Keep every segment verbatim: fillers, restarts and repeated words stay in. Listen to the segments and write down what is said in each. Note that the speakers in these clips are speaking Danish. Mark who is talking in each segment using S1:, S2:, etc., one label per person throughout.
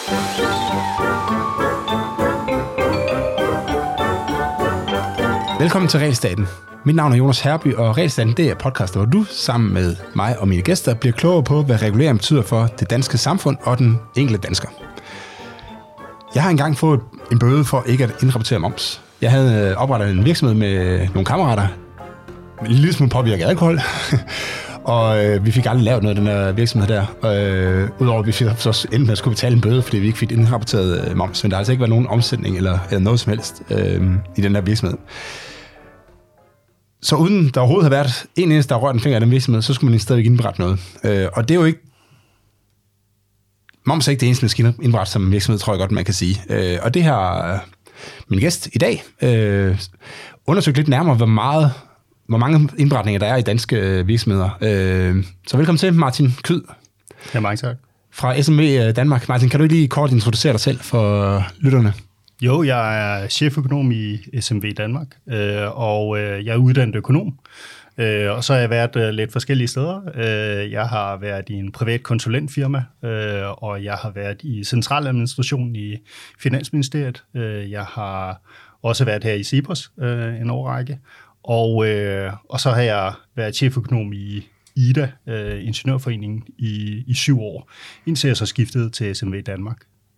S1: Velkommen til Regelstaten. Mit navn er Jonas Herby, og Regelstaten det er podcast, hvor du sammen med mig og mine gæster bliver klogere på, hvad regulering betyder for det danske samfund og den enkelte dansker. Jeg har engang fået en bøde for ikke at indrapportere moms. Jeg havde oprettet en virksomhed med nogle kammerater, en lille smule påvirket af alkohol, og øh, vi fik aldrig lavet noget af den der virksomhed der. Øh, Udover at vi fik så endte med at skulle betale en bøde, fordi vi ikke fik indrapporteret øh, moms, men der har altså ikke været nogen omsætning eller, eller noget som helst øh, i den der virksomhed. Så uden der overhovedet har været en eneste, der rørt en finger af den virksomhed, så skulle man stadigvæk indberette noget. Øh, og det er jo ikke... Moms er ikke det eneste, man skal indberette som virksomhed, tror jeg godt, man kan sige. Øh, og det har min gæst i dag øh, undersøgt lidt nærmere, hvor meget... hvor mange indberetninger der er i danske virksomheder. Øh, så velkommen til, Martin Kyd.
S2: Ja, mange tak.
S1: Fra S M V Danmark. Martin, kan du ikke lige kort introducere dig selv for lytterne?
S2: Jo, jeg er cheføkonom i S M V Danmark, og jeg er uddannet økonom. Og så har jeg været lidt forskellige steder. Jeg har været i en privat konsulentfirma, og jeg har været i centraladministration i Finansministeriet. Jeg har også været her i Cepos en årrække. Og, øh, og så har jeg været cheføkonom i I D A, øh, Ingeniørforeningen, i, i syv år, indtil jeg så skiftede til S M V Danmark.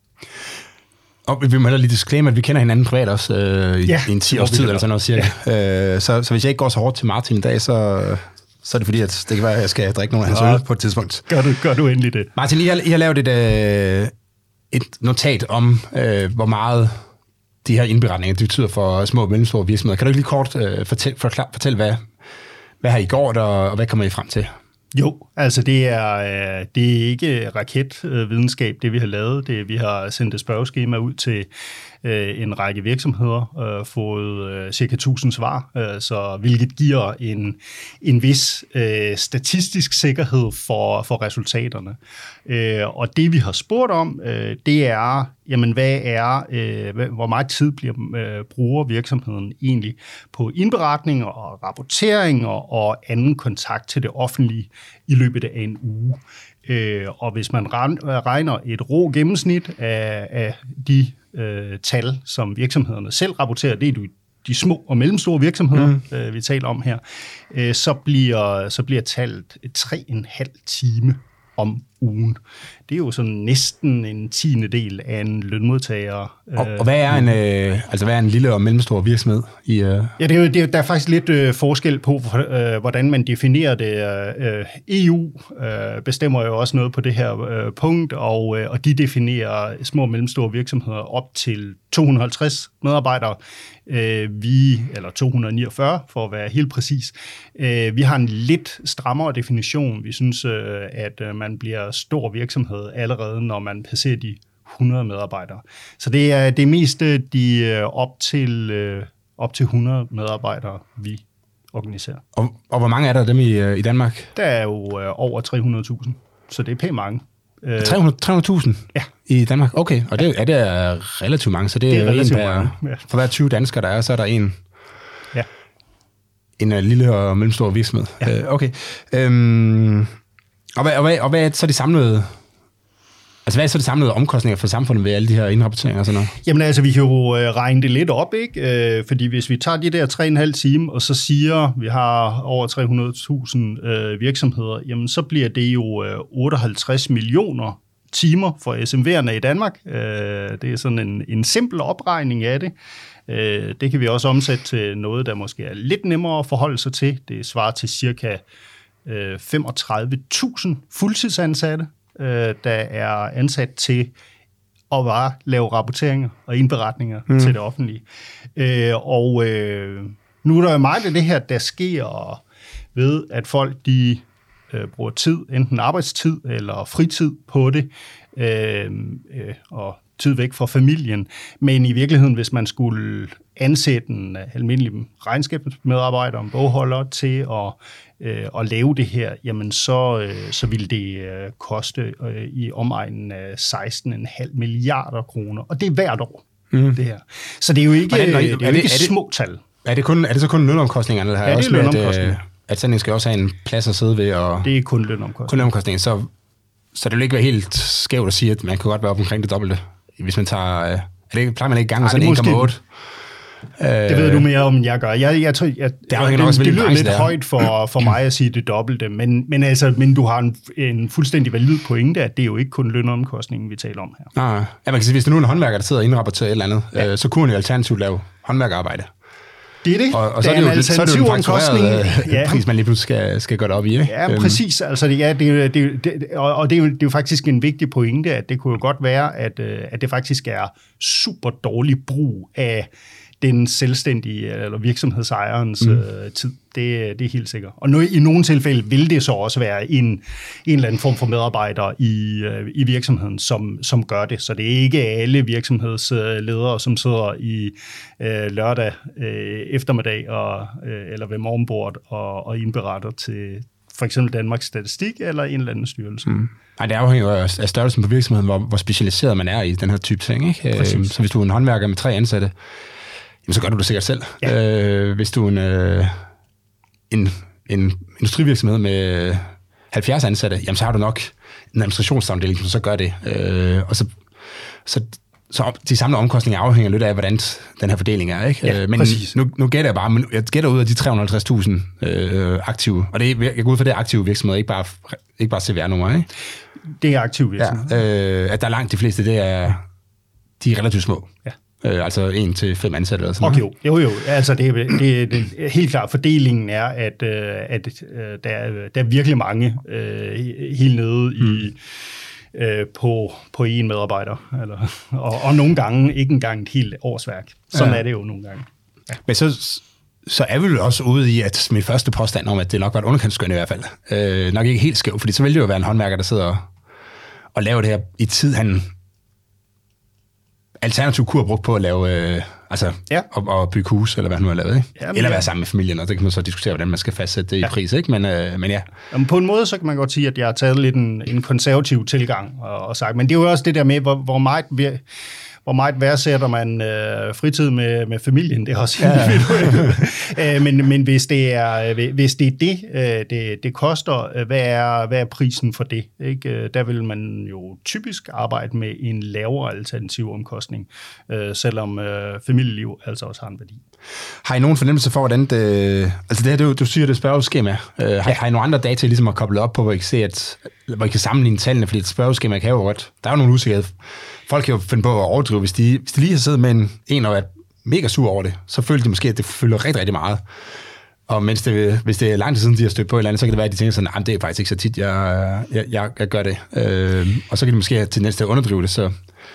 S1: Og vi må heller lige disclaimer, at vi kender hinanden privat også øh,
S2: ja,
S1: i en ti års tid eller sådan noget cirka. Ja. Øh, så, så hvis jeg ikke går så hårdt til Martin i dag, så, så er det fordi, at det kan være, at jeg skal drikke nogle af hans øl på et tidspunkt.
S2: Gør du, gør du endelig det.
S1: Martin, I har, I har lavet et, øh, et notat om, øh, hvor meget... de her indberetninger, det betyder for små og mellemstore virksomheder. Kan du ikke lige kort øh, fortælle, forklare, fortælle hvad, hvad har I gjort, og, og hvad kommer I frem til?
S2: Jo, altså det er, øh, det er ikke raketvidenskab, det vi har lavet. Det, vi har sendt et spørgeskema ud til øh, en række virksomheder, øh, fået øh, cirka tusind svar, øh, så, hvilket giver en, en vis øh, statistisk sikkerhed for, for resultaterne. Øh, og det vi har spurgt om, øh, det er, jamen hvad er, øh, hvor meget tid bliver, øh, bruger virksomheden egentlig på indberetning og rapportering og, og anden kontakt til det offentlige i løbet af en uge. Øh, og hvis man regner et rå gennemsnit af, af de øh, tal, som virksomhederne selv rapporterer, det er jo de små og mellemstore virksomheder, mm. øh, vi taler om her, øh, så bliver, så bliver tallet tre og en halv time om ugen. Det er jo sådan næsten en tiende del af en lønmodtager.
S1: Og, og hvad er en øh, altså hvad er en lille og mellemstor virksomhed i? Øh...
S2: Ja, det er jo, det er, der er faktisk lidt øh, forskel på, øh, hvordan man definerer det. Øh, E U øh, bestemmer jo også noget på det her øh, punkt, og, øh, og de definerer små og mellemstore virksomheder op til to hundrede og halvtreds medarbejdere. Øh, vi eller to hundrede og niogfyrre for at være helt præcis. Øh, vi har en lidt strammere definition. Vi synes, øh, at øh, man bliver stor virksomhed allerede, når man passerer de hundrede medarbejdere. Så det er det meste de op til øh, op til hundrede medarbejdere, vi organiserer.
S1: Og, og hvor mange er der dem i, i Danmark?
S2: Der er jo øh, over tre hundrede tusind, så det er pænt mange.
S1: tre hundrede tusind
S2: ja.
S1: I Danmark? Okay, og det, ja, det er relativt mange, så det, det er, er en per, mange, ja. For hver tyve danskere, der er, så er der en,
S2: ja.
S1: en lille og mellemstor virksomhed.
S2: Ja.
S1: Øh, okay. Øhm, og, hvad, og, hvad, og hvad er så de samlede... Altså, hvad er så det samlede omkostninger for samfundet ved alle de her indrapporteringer og sådan noget?
S2: Jamen altså, vi kan jo øh, regne det lidt op, ikke? Øh, fordi hvis vi tager de der tre og en halv time, og så siger, vi har over tre hundrede tusind øh, virksomheder, jamen så bliver det jo øh, otteoghalvtreds millioner timer for S M V'erne i Danmark. Øh, det er sådan en, en simpel opregning af det. Øh, det kan vi også omsætte til noget, der måske er lidt nemmere at forholde sig til. Det svarer til cirka øh, femogtredive tusind fuldtidsansatte, der er ansat til at bare lave rapporteringer og indberetninger mm. til det offentlige. Øh, og øh, nu er der jo meget af det her, der sker ved, at folk de øh, bruger tid, enten arbejdstid eller fritid på det, øh, øh, og tid væk fra familien. Men i virkeligheden, hvis man skulle ansætte en almindelig regnskabsmedarbejder, en bogholder til at, øh, at lave det her, jamen så, øh, så ville det øh, koste øh, i omegnen af seksten komma fem milliarder kroner. Og det er hvert år, mm. det her. Så det er jo ikke,
S1: Hvordan,
S2: det er jo
S1: er
S2: ikke
S1: det,
S2: små tal.
S1: Er det, kun, er det så kun lønomkostningerne? Eller
S2: ja, det er lønomkostninger.
S1: At, at sådan en skal også have en plads at sidde ved? Og
S2: det er kun lønomkostninger.
S1: Kun lønomkostninger. Så så det vil ikke være helt skævt at sige, at man kan godt være op omkring det dobbelte. Hvis man tager... Er det ikke, plejer man ikke gang med sådan en komma otte?
S2: Det ved du mere om, end jeg gør. Jeg, jeg tror, jeg, det, er det, det, det lyder lidt der. højt for, for mig at sige det dobbelte, men, men, altså, men du har en, en fuldstændig valid pointe, at det er jo ikke kun lønomkostningen, vi taler om her.
S1: Nej, ja, man kan sige, hvis der nu er en håndværker, der sidder og indrapporterer et eller andet, ja. øh, så kunne man jo alternativt lave håndværkerarbejde.
S2: Det er det.
S1: Og, og
S2: det
S1: så, er det
S2: er
S1: jo,
S2: en
S1: så er det jo en faktureret
S2: ja.
S1: pris, man lige pludselig skal, skal gøre det op i. Ikke?
S2: Ja, præcis. Altså, det, ja, det, det, det, og det er, jo, det er jo faktisk en vigtig pointe, at det kunne jo godt være, at, at det faktisk er super dårlig brug af den selvstændige eller virksomhedsejerens mm. øh, tid. Det, det er helt sikkert. Og nu, i nogle tilfælde vil det så også være en, en eller anden form for medarbejder i, øh, i virksomheden, som, som gør det. Så det er ikke alle virksomhedsledere, som sidder i øh, lørdag øh, eftermiddag og, øh, eller ved morgenbord og, og indberetter til for eksempel Danmarks Statistik eller en eller anden styrelse. Mm.
S1: Ej, det afhænger jo af størrelsen på virksomheden, hvor, hvor specialiseret man er i den her type ting. Ikke? Præcis. Så hvis du er en håndværker med tre ansatte, jamen, så gør du det sikkert selv. Ja. Øh, hvis du er en, øh, en, en industrivirksomhed med halvfjerds ansatte, jamen, så har du nok en administrationsafdeling, som så gør det. Øh, og så, så, så de samlede omkostninger afhænger lidt af, hvordan den her fordeling er. Ikke?
S2: Ja,
S1: men
S2: præcis.
S1: nu, nu gætter jeg bare, men jeg gætter ud af de tre hundrede og halvtreds tusind øh, aktive, og det er, jeg går ud fra, det er aktive virksomheder, ikke bare, ikke bare C V R-nummer, ikke?
S2: Det er aktive virksomheder.
S1: Ja, øh, at der er langt de fleste, det er, de er relativt små. Ja. Øh, altså en til fem ansatte eller sådan
S2: okay,
S1: noget.
S2: Jo, jo. Altså det, det, det helt klart fordelingen er, at, at der, er, der er virkelig mange øh, helt nede i, mm. øh, på, på en medarbejder. Eller, og, og nogle gange ikke engang et helt årsværk. Sådan ja. er det jo nogle gange. Ja.
S1: Men så, så er vi jo også ude i, at min første påstand om, at det nok var et underkantsskøn i hvert fald, øh, nok ikke helt skævt, fordi så vil det jo være en håndværker, der sidder og, og laver det her i tid, han alternativ kur brugt på at lave, øh, altså, ja. og, og bygge hus, eller hvad han nu har lavet, ikke? Jamen, eller være ja. sammen med familien, og det kan man så diskutere, hvordan man skal fastsætte det i ja. pris, ikke? Men, øh, men ja.
S2: Jamen, på en måde, så kan man godt sige, at jeg har taget lidt en, en konservativ tilgang og, og sagt, men det er jo også det der med, hvor, hvor meget vi, hvor meget værdsætter man øh, fritid med, med familien, det er også ja. individuelt. men, men hvis det er, hvis det, er det, øh, det, det koster, hvad er, hvad er prisen for det? Ikke? Der vil man jo typisk arbejde med en lavere alternativ omkostning, øh, selvom øh, familieliv altså også har en værdi.
S1: Har I nogen fornemmelse for, hvordan det... Altså det her, du, du siger, det er spørgeskema. Øh, har, ja. har I nogle andre data, ligesom at koble op på, hvor I kan se, at, hvor I kan sammenligne tallene, fordi et spørgeskema kan jo godt... Der er jo nogle usikkerhed. Folk kan jo finde på at overdrive. Hvis de, hvis de lige har siddet med en, en og er mega sur over det, så føler de måske, at det fylder rigtig, rigtig meget. Og mens det, hvis det er lang tid siden, de har stødt på et eller andet, så kan det være, at de tænker sådan, at det er faktisk ikke så tit, jeg, jeg, jeg, jeg gør det. Øh, og så kan de måske have tendens til at underdrive det. Så,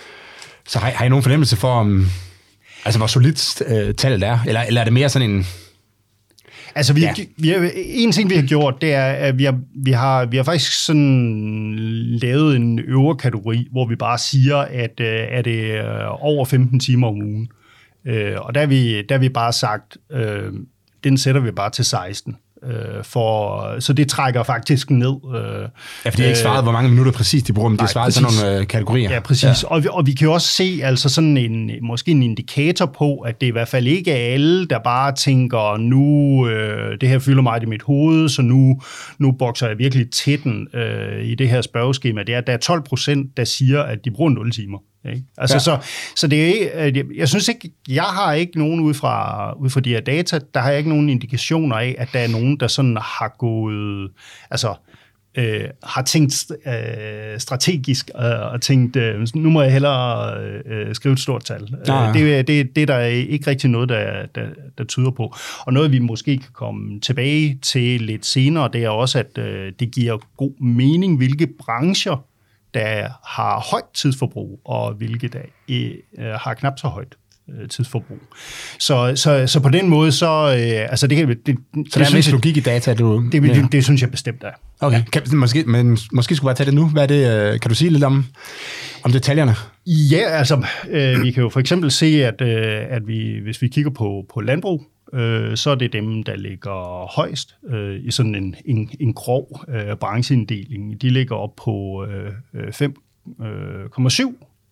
S1: så har, har I nogen fornemmelse for, om, altså, hvor solidt øh, tallet er? Eller, eller er det mere sådan en...
S2: Altså, vi, ja. vi har, en ting, vi har gjort, det er, at vi har, vi har, vi har faktisk sådan lavet en øvre kategori, hvor vi bare siger, at er det over femten timer om ugen. Og der har vi, der har vi bare sagt, øh, den sætter vi bare til seksten. For, så det trækker faktisk ned.
S1: Ja, for de har ikke svaret, hvor mange minutter præcis de bruger, men de har svaret sådan nogle øh, kategorier.
S2: Ja, præcis. Ja. Og, vi, og vi kan jo også se altså sådan en, måske en indikator på, at det i hvert fald ikke er alle, der bare tænker, nu, øh, det her fylder meget i mit hoved, så nu, nu bokser jeg virkelig tætten øh, i det her spørgeskema. Det er, at der er tolv procent, der siger, at de bruger nul timer. Ikke? Altså, ja. så, så det er, jeg, jeg synes ikke, jeg har ikke nogen ud fra, ud fra de her data, der har jeg ikke nogen indikationer af, at der er nogen, der sådan har gået, altså øh, har tænkt øh, strategisk øh, og tænkt, øh, nu må jeg hellere øh, skrive et stort tal. Ja. Det, det, det er der ikke rigtig noget, der, der, der tyder på. Og noget, vi måske kan komme tilbage til lidt senere, det er også, at øh, det giver god mening, hvilke brancher der har højt tidsforbrug, og hvilke der øh, har knap så højt øh, tidsforbrug. Så, så, så på den måde, så... Øh, altså det, det, det,
S1: så der er en vis logik i data, du...
S2: Det, det, det, det synes jeg bestemt er.
S1: Okay, kan, måske, men måske skulle bare tage det nu. Hvad er det, kan du sige lidt om, om detaljerne?
S2: Ja, altså, øh, vi kan jo for eksempel se, at, øh, at vi, hvis vi kigger på, på landbrug, øh, så er det dem, der ligger højst øh, i sådan en, en, en grov øh, brancheinddeling. De ligger op på øh, fem komma syv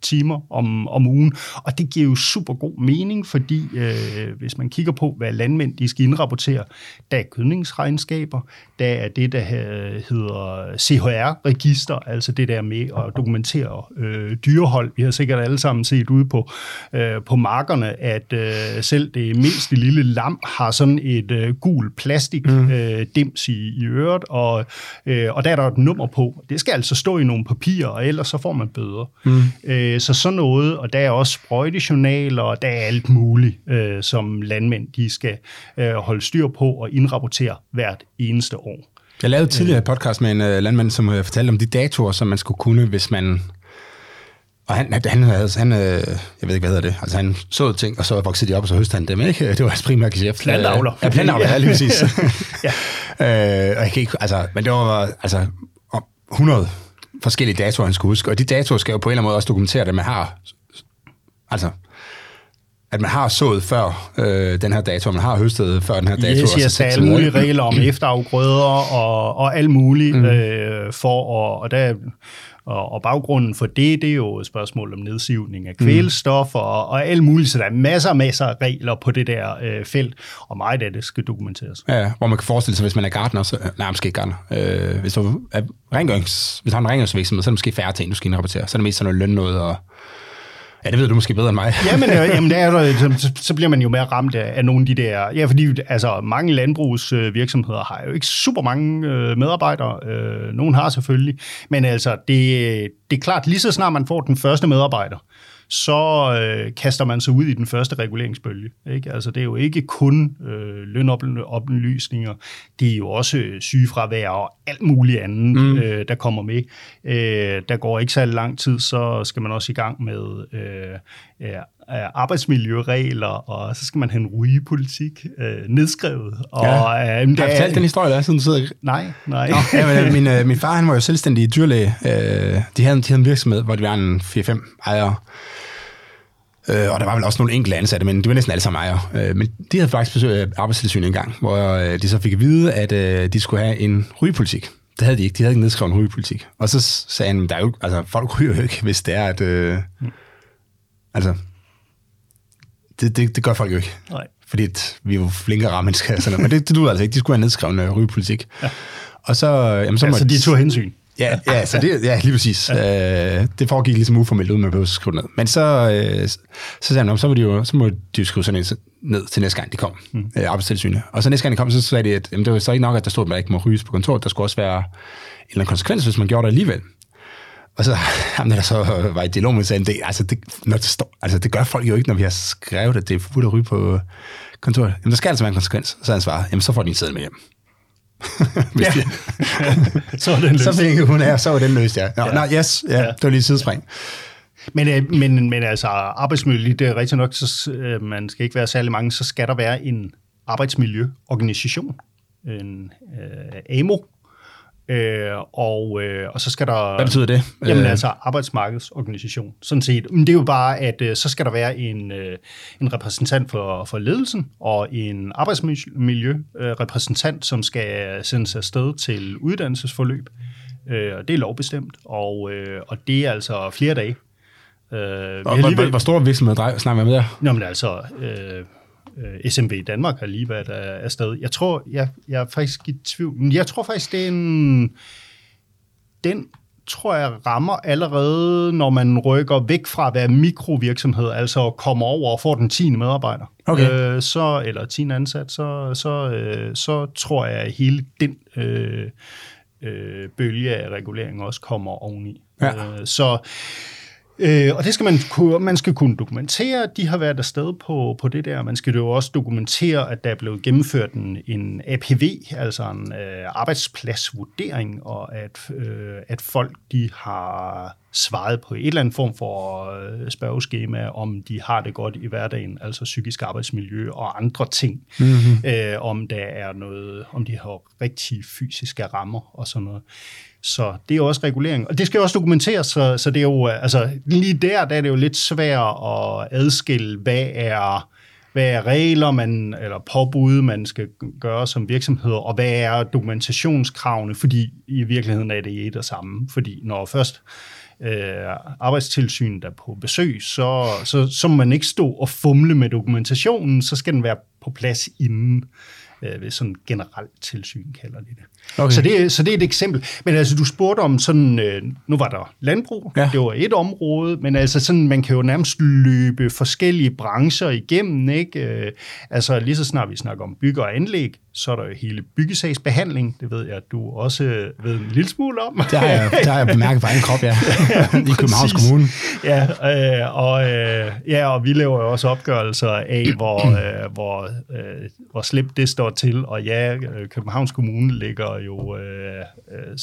S2: timer om, om ugen, og det giver jo super god mening, fordi øh, hvis man kigger på, hvad landmænd de skal indrapportere, der er gødningsregnskaber, der er det, der hedder C H R-register, altså det der med at dokumentere øh, dyrehold. Vi har sikkert alle sammen set ude på, øh, på markerne, at øh, selv det mindste lille lam har sådan et øh, gul plastik mm. øh, dims i, i øret, og, øh, og der er der et nummer på. Det skal altså stå i nogle papirer, og ellers så får man bøder. Mm. Øh, så sådan noget, og der er også sprøjtejournaler, og der er alt muligt, øh, som landmænd de skal øh, holde styr på og indrapportere hvert eneste år.
S1: Jeg lavede tidligere et podcast med en uh, landmand, som uh, fortalte om de datoer, som man skulle kunne, hvis man... Og han, han, havde, han uh, jeg ved ikke, hvad hedder det, altså han så ting, og så voksede de op, og så høstede han dem, ikke? Det var hans primære geschæft.
S2: Plantavler.
S1: Ja, plantavler, ja, lige præcis. ja. uh, og jeg kan ikke, altså, men det var altså hundrede forskellige datoer, han skulle huske, og de datoer skal jo på en eller anden måde også dokumentere, at man har, altså... at man har sået før øh, den her dato, man har høstet før den her dato.
S2: Yes, yes, der er alle mulige regler om efterafgrøder og, og alt muligt mm. øh, for, og, og, der, og, og baggrunden for det, det er jo et spørgsmål om nedsivning af kvælstof mm. og, og alt muligt, så der er masser og masser af regler på det der øh, felt, og meget af det skal dokumenteres.
S1: Ja, hvor man kan forestille sig, hvis man er gartner, så, nej, måske ikke gartner, øh, hvis du er rengørings, hvis du har en rengøringsvirksomhed, så er det måske færre ting, du skal indrapportere, så er det mest sådan noget løn noget og ja, det ved du måske bedre end mig.
S2: Jamen, jamen der er der, så, så bliver man jo mere ramt af, af nogle af de der... Ja, fordi altså, mange landbrugsvirksomheder har jo ikke super mange øh, medarbejdere. Øh, nogen har selvfølgelig. Men altså, det, det er klart, lige så snart man får den første medarbejder, så øh, kaster man sig ud i den første reguleringsbølge. Ikke? Altså, det er jo ikke kun øh, lønoplysninger, det er jo også sygefravær og alt muligt andet, mm. øh, der kommer med. Øh, der går ikke så lang tid, så skal man også i gang med øh, øh, arbejdsmiljøregler, og så skal man have en rygepolitik øh, nedskrevet. Og,
S1: ja. øh, har jeg fortalt den historie, der er, siden du sidder?
S2: Nej, nej.
S1: Nå, ja, men, min, øh, min far, han var jo selvstændig dyrlæge. Øh, de, havde, de havde en virksomhed, hvor de var en fire fem ejere. Øh, og der var vel også nogle enkelte ansatte, men de var næsten alle sammen ejere. Øh, men de havde faktisk besøgt af Arbejdstilsynet en gang, hvor øh, de så fik at vide, at øh, de skulle have en rygepolitik. Det havde de ikke. De havde ikke nedskrevet en rygepolitik. Og så sagde han, der er jo, altså, folk ryger jo ikke, hvis det er, at... Øh, mm. Altså... Det, det, det gør folk jo ikke. Nej. Fordi vi er jo flinkere rare mennesker. Sådan, men det, det duede altså ikke. De skulle have nedskrevet en rygepolitik. Ja. Og så... Jamen, så
S2: altså, må, de tog hensyn.
S1: Ja, ja, så det, ja lige præcis. Ja. Øh, det foregik ligesom uformelt, uden man behøver at skrive ned. Men så, øh, så sagde han, så, var de jo, så må de jo skrive sådan ned til næste gang, de kom. Mm. Øh, Arbejdstilsynet. Og så næste gang, de kom, så sagde de, at jamen, det var så ikke nok, at der stod, at man ikke må ryges på kontoret. Der skulle også være en eller anden konsekvens, hvis man gjorde det alligevel. Og så ham, der så var i dialog med, sagde, det, altså, det, når det, står, altså, det gør folk jo ikke, når vi har skrevet, at det er forbudt at ryge på kontoret. Jamen, der skal altså være en konsekvens. Så han svarede, jamen, så får de en seddel med hjem.
S2: Ja. så var den løst.
S1: Så fik hun af, så var den løst, ja. Nå, ja. Nå yes, ja, ja. Det var lige et sidespring.
S2: Men, men, men altså, arbejdsmiljø, det er rigtig nok, så man skal ikke være særlig mange, så skal der være en arbejdsmiljøorganisation, en øh, A M O, Øh, og, øh, og så skal der...
S1: Hvad betyder det?
S2: Jamen altså arbejdsmarkedsorganisation, sådan set. Men det er jo bare, at øh, så skal der være en, øh, en repræsentant for, for ledelsen og en arbejdsmiljørepræsentant, øh, som skal sendes afsted til uddannelsesforløb. Øh, og det er lovbestemt, og, øh, og det er altså flere dage.
S1: Øh, og, alligevel... hvor, hvor stor virksomhed snakker vi med der?
S2: Nå, men altså... Øh, S M V Danmark har lige været afsted. Jeg tror, jeg, jeg er faktisk i tvivl, men jeg tror faktisk, det er en, den tror jeg rammer allerede, når man rykker væk fra at være mikrovirksomhed, altså kommer over og får den tiende medarbejder, okay. øh, så, eller tiende ansat, så, så, øh, så tror jeg, at hele den øh, øh, bølge af regulering også kommer oveni. Ja. Øh, så Øh, og det skal man, man skal kunne dokumentere, at de har været afsted på, på det der. Man skal jo også dokumentere, at der er blevet gennemført en, en A P V, altså en øh, arbejdspladsvurdering, og at, øh, at folk de har svaret på et eller andet form for øh, spørgeskema, om de har det godt i hverdagen, altså psykisk arbejdsmiljø og andre ting, mm-hmm. øh, om der er noget, om de har rigtige fysiske rammer og sådan noget. Så det er jo også regulering, og det skal jo også dokumenteres, så, så det er jo, altså lige der, der er det jo lidt svært at adskille, hvad er, hvad er regler, man, eller påbud, man skal gøre som virksomhed, og hvad er dokumentationskravene, fordi i virkeligheden er det et og samme, fordi når først øh, arbejdstilsyn der på besøg, så, så, så må man ikke stå og fumle med dokumentationen, så skal den være på plads inden. Ved sådan generelt tilsyn, kalder de det. Okay. Så det. Så det er et eksempel. Men altså, du spurgte om sådan, øh, nu var der landbrug, ja. Det var et område, men altså sådan, man kan jo nærmest løbe forskellige brancher igennem, ikke? Øh, altså lige så snart vi snakker om bygge og anlæg, så er der jo hele byggesagsbehandling, det ved jeg, at du også ved en lille smule om.
S1: Det har jeg, det har jeg bemærket på egen krop, ja, ja i Københavns Kommune.
S2: Ja, øh, og, øh, ja, og vi laver jo også opgørelser af, hvor, øh, hvor, øh, hvor slemt det står til, og ja, Københavns Kommune ligger jo øh, øh,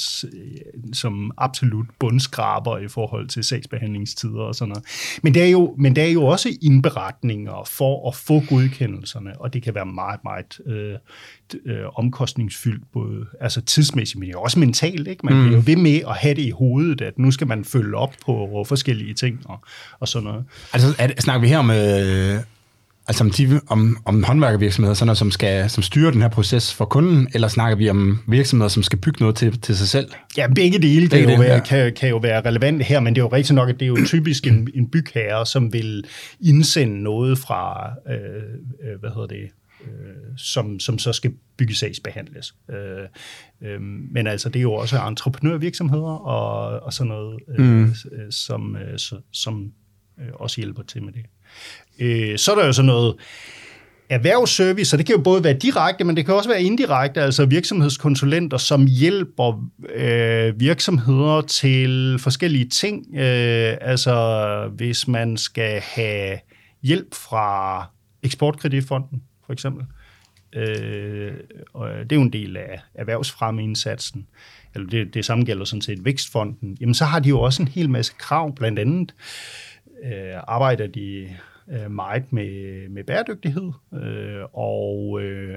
S2: som absolut bundskraber i forhold til sagsbehandlingstider og sådan noget. Men det er jo, men det er jo også indberetninger for at få godkendelserne, og det kan være meget, meget øh, øh, omkostningsfyldt, både altså tidsmæssigt, men også mentalt. Ikke? Man mm. bliver jo ved med at have det i hovedet, at nu skal man følge op på forskellige ting og, og sådan noget.
S1: Altså er det, snakker vi her om... Øh Altså om, de, om, om håndværkervirksomheder, sådan noget, som, skal, som styrer den her proces for kunden, eller snakker vi om virksomheder, som skal bygge noget til, til sig selv?
S2: Ja, begge dele kan, begge jo, være, ja. kan, kan jo være relevante her, men det er jo rigtig nok, at det er jo typisk en, en bygherre, som vil indsende noget fra, øh, hvad hedder det, øh, som, som så skal byggesagsbehandles. Øh, øh, men altså, det er jo også entreprenørvirksomheder og, og sådan noget, øh, mm. som, øh, som øh, også hjælper til med det. Så er der jo sådan noget erhvervsservice, og det kan jo både være direkte, men det kan også være indirekte, altså virksomhedskonsulenter, som hjælper øh, virksomheder til forskellige ting. Øh, altså hvis man skal have hjælp fra Eksportkreditfonden, for eksempel. Øh, og det er jo en del af erhvervsfremmeindsatsen. Eller det, det samme gælder sådan set Vækstfonden. Jamen så har de jo også en hel masse krav, blandt andet øh, arbejder de meget med, med bæredygtighed øh, og, øh,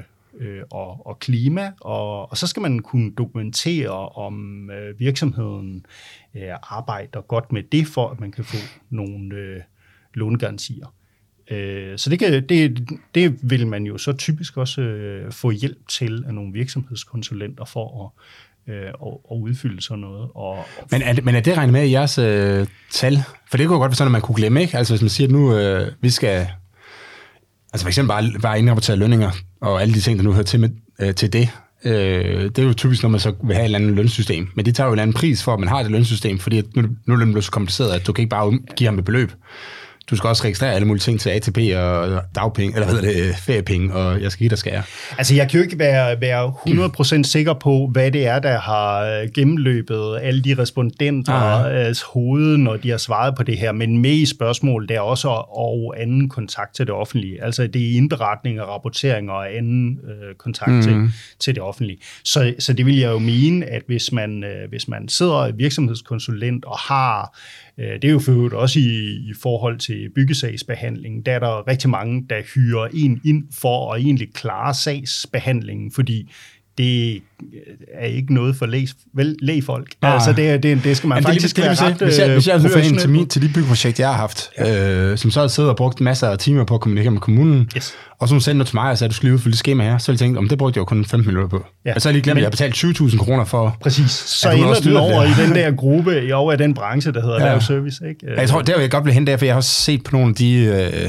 S2: og, og klima, og, og så skal man kunne dokumentere, om øh, virksomheden øh, arbejder godt med det, for at man kan få nogle øh, lånegarantier. Øh, så det, kan, det, det vil man jo så typisk også øh, få hjælp til af nogle virksomhedskonsulenter for at Og, og udfylde sådan noget. Og,
S1: men, er det, men er det regnet med i jeres øh, tal? For det kunne godt være sådan, at man kunne glemme, ikke? Altså hvis man siger, at nu øh, vi skal... Altså for eksempel bare, bare indrapportere lønninger, og alle de ting, der nu hører til, med, øh, til det. Øh, det er jo typisk, når man så vil have et eller andet lønsystem. Men det tager jo en anden pris for, at man har et lønsystem, fordi nu, nu er det blevet så kompliceret, at du kan ikke bare give ham et beløb. Du skal også registrere alle mulige ting til A T P og dagpenge, eller hvad hedder det, feriepenge, og jeg skal give dig skære.
S2: Altså, jeg kan jo ikke være, være hundrede procent sikker på, hvad det er, der har gennemløbet alle de respondenters hoved, når de har svaret på det her, men med i spørgsmål, der er også og anden kontakt til det offentlige. Altså, det er indberetning og rapportering og anden øh, kontakt mm. til, til det offentlige. Så, så det vil jeg jo mene, at hvis man, øh, hvis man sidder virksomhedskonsulent og har det er jo for øvrigt også i, i forhold til byggesagsbehandling, der er der rigtig mange, der hyrer en ind for at egentlig klare sagsbehandlingen, fordi det er ikke noget for læg, vel, lægfolk. Ah. Altså det, det, det skal man Jamen, faktisk være ret
S1: Hvis jeg, hvis jeg havde fået ind til, min, til de byggeprojekt, jeg har haft, ja. øh, som så har siddet og brugt masser af timer på at kommunikere med kommunen, yes. og som sendte noget til mig og sagde, at du skulle lige udfylde det skema her, så ville jeg tænke, om det brugte jeg jo kun femten minutter på. Ja. Og så har jeg lige glemt, at jeg har betalt tyve tusind kroner for...
S2: Præcis. Så ender den over det. I den der gruppe, over i den branche, der hedder ja. erhvervsservice. Ikke?
S1: Ja, jeg tror, der vil jeg godt blive hen der, for jeg har også set på nogle af de... Øh,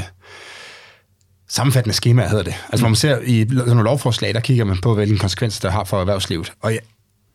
S1: sammenfattende skemaer hedder det. Altså, når man ser i sådan nogle lovforslag, der kigger man på, hvilken konsekvens der har for erhvervslivet. Og jeg,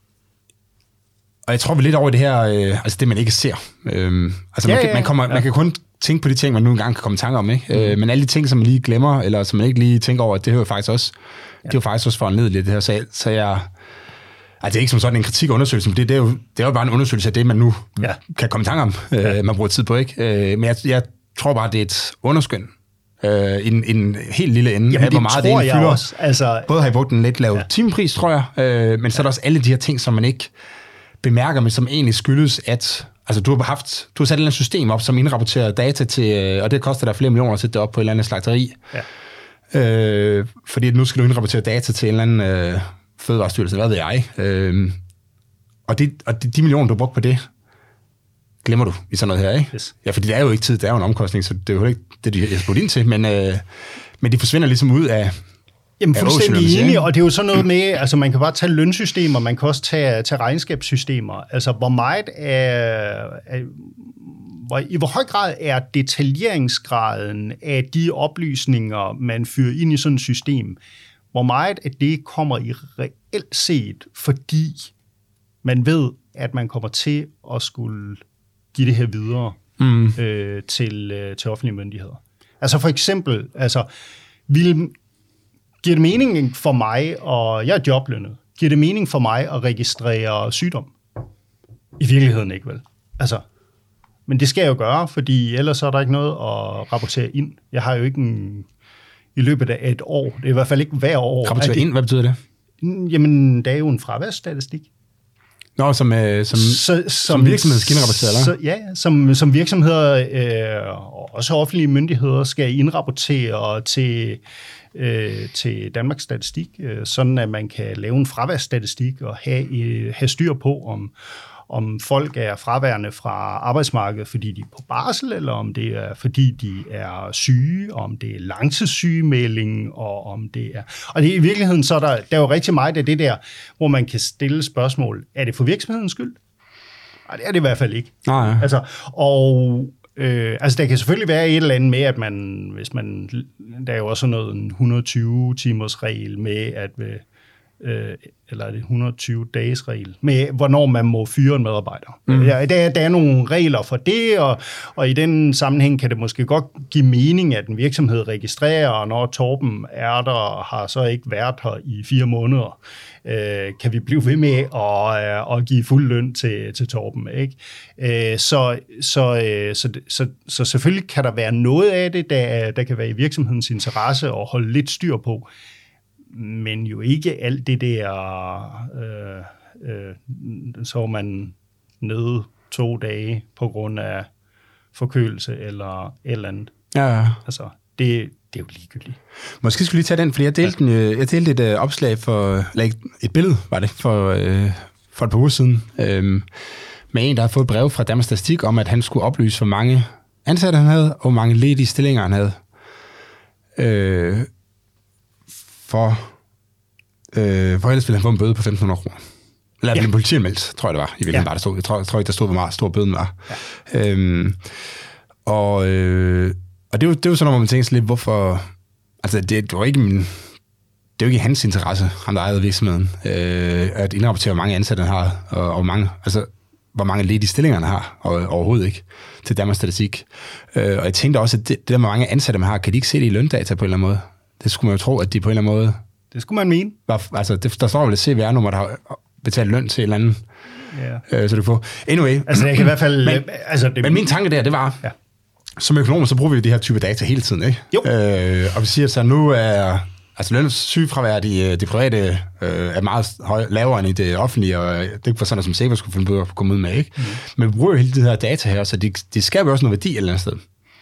S1: og jeg tror vi lidt over i det her, øh, altså det, man ikke ser. Øhm, altså, ja, man, kan, man, kommer, ja. man kan kun tænke på de ting, man nu engang kan komme i tanke om, ikke? Mm. Øh, men alle de ting, som man lige glemmer, eller som man ikke lige tænker over, det hører faktisk også, ja. det er jo faktisk også foranledeligt, det her. Så, så jeg... Altså, det er ikke som sådan en kritik og undersøgelse, men det, det, er jo, det er jo bare en undersøgelse af det, man nu ja. kan komme i tanke om, øh, ja. man bruger tid på, ikke? Øh, men jeg, jeg tror bare, det er et underskøn. Uh, en, en helt lille ende
S2: Jamen,
S1: af, hvor meget det egentlig fylder.
S2: Også. Altså,
S1: Både har I brugt en lidt lav ja. timepris, tror jeg, uh, men så er der også alle de her ting, som man ikke bemærker, men som egentlig skyldes, at altså, du har haft, du har sat et eller andet system op, som indrapporterer data til, uh, og det koster dig flere millioner at sætte det op på et eller andet slagteri. Ja. Uh, fordi nu skal du indrapportere data til en eller anden uh, fødevarestyrelse, hvad ved jeg. Uh, og det, og de, de millioner, du har brugt på det, glemmer du i sådan noget her, ikke? Yes. Ja, fordi det er jo ikke tid, det er jo en omkostning, så det er jo ikke det, de har spurgt ind til, men, øh, men de forsvinder ligesom ud af,
S2: Jamen fuldstændig enig, og det er jo sådan noget med, altså man kan bare tage lønsystemer, man kan også tage, tage regnskabssystemer. Altså hvor meget er, er hvor, i hvor høj grad er detaljeringsgraden af de oplysninger, man fyrer ind i sådan et system, hvor meget af det kommer i reelt set, fordi man ved, at man kommer til at skulle give det her videre mm. øh, til, øh, til offentlige myndigheder. Altså for eksempel, altså, vil, giver det mening for mig, og jeg er joblønnet, giver det mening for mig at registrere sygdom? I virkeligheden ikke, vel? Altså, men det skal jeg jo gøre, fordi ellers er der ikke noget at rapportere ind. Jeg har jo ikke en, i løbet af et år, det er i hvert fald ikke hver år.
S1: Rapportere ind, hvad betyder det?
S2: Jamen, det er jo en fraværsstatistik.
S1: Nå, som, øh, som, så, som, som virksomhed skal indrapportere, eller?
S2: Så, ja, som, som virksomheder, øh, og også offentlige myndigheder, skal indrapportere til, øh, til Danmarks Statistik, øh, sådan at man kan lave en fraværsstatistik og have, øh, have styr på, om, om folk er fraværende fra arbejdsmarkedet, fordi de er på barsel, eller om det er, fordi de er syge, om det er langtidssygemelding, og om det er... Og det, i virkeligheden så er der, der er jo rigtig meget af det der, hvor man kan stille spørgsmål. Er det for virksomhedens skyld? Nej, det er det i hvert fald ikke.
S1: Nej. Ja.
S2: Altså, og... Øh, altså, der kan selvfølgelig være et eller andet med, at man... Hvis man der er jo også noget en et hundrede og tyve timers regel med, at... Øh, eller er det et hundrede og tyve dages regel, med hvornår man må fyre en medarbejder. Mm. Der, der, der er nogle regler for det, og, og i den sammenhæng kan det måske godt give mening, at en virksomhed registrerer, og når Torben er der og har så ikke været her i fire måneder, øh, kan vi blive ved med at, øh, at give fuld løn til, til Torben. Ikke? Øh, så, så, øh, så, så, så selvfølgelig kan der være noget af det, der, der kan være i virksomhedens interesse at holde lidt styr på, men jo ikke alt det der, øh, øh, så man nede to dage på grund af forkølelse eller et eller andet.
S1: Ja, ja.
S2: Altså, det, det er jo ligegyldigt.
S1: Måske skulle vi lige tage den, fordi jeg delte, ja. en, jeg delte et uh, opslag for, eller et billede, var det, for, uh, for et par uger siden, øh, med en, der havde fået et brev fra Danmarks Statistik om, at han skulle oplyse, hvor mange ansatte han havde, og hvor mange ledige stillinger han havde. Øh, For, øh, for ellers ville han få en bøde på femten hundrede kroner. Eller ja. En politianmeldelse, tror jeg det var. I virkeligheden ja. Var det stod. Jeg tror, jeg tror ikke, der stod, hvor meget stor bøden var. Ja. Øhm, og øh, og det, er jo, det er jo sådan noget, hvor man tænker sig lidt, hvorfor... Altså, det, det var ikke min... Det er jo ikke i hans interesse, ham der ejede virksomheden, øh, at indrapportere, hvor mange ansatte han har, og, og hvor mange, altså, hvor mange ledige stillinger han har, og overhovedet ikke, til Danmarks Statistik. Øh, og jeg tænkte også, at det, det der med, hvor mange ansatte man har, kan de ikke se det i løndata på en eller anden måde? Det skulle man jo tro, at de på en eller anden måde...
S2: Det skulle man mene.
S1: Var, altså, det, der står vel et C V R-nummer, der har betalt løn til en eller anden. Yeah. Øh, så du får... Anyway.
S2: Altså, det kan i hvert fald...
S1: Men,
S2: altså, det...
S1: men min tanke der, det var... Ja. Som økonomer, så bruger vi jo de her type data hele tiden, ikke?
S2: Jo.
S1: Øh, og vi siger så, nu er... Altså, løn- og sygefravær, de, de private øh, er meget høj, lavere end i det offentlige, og det var sådan, som Saber skulle finde på at komme ud med, ikke? Mm. Men vi bruger jo hele de her data her, så de, de skaber også noget værdi et eller andet sted.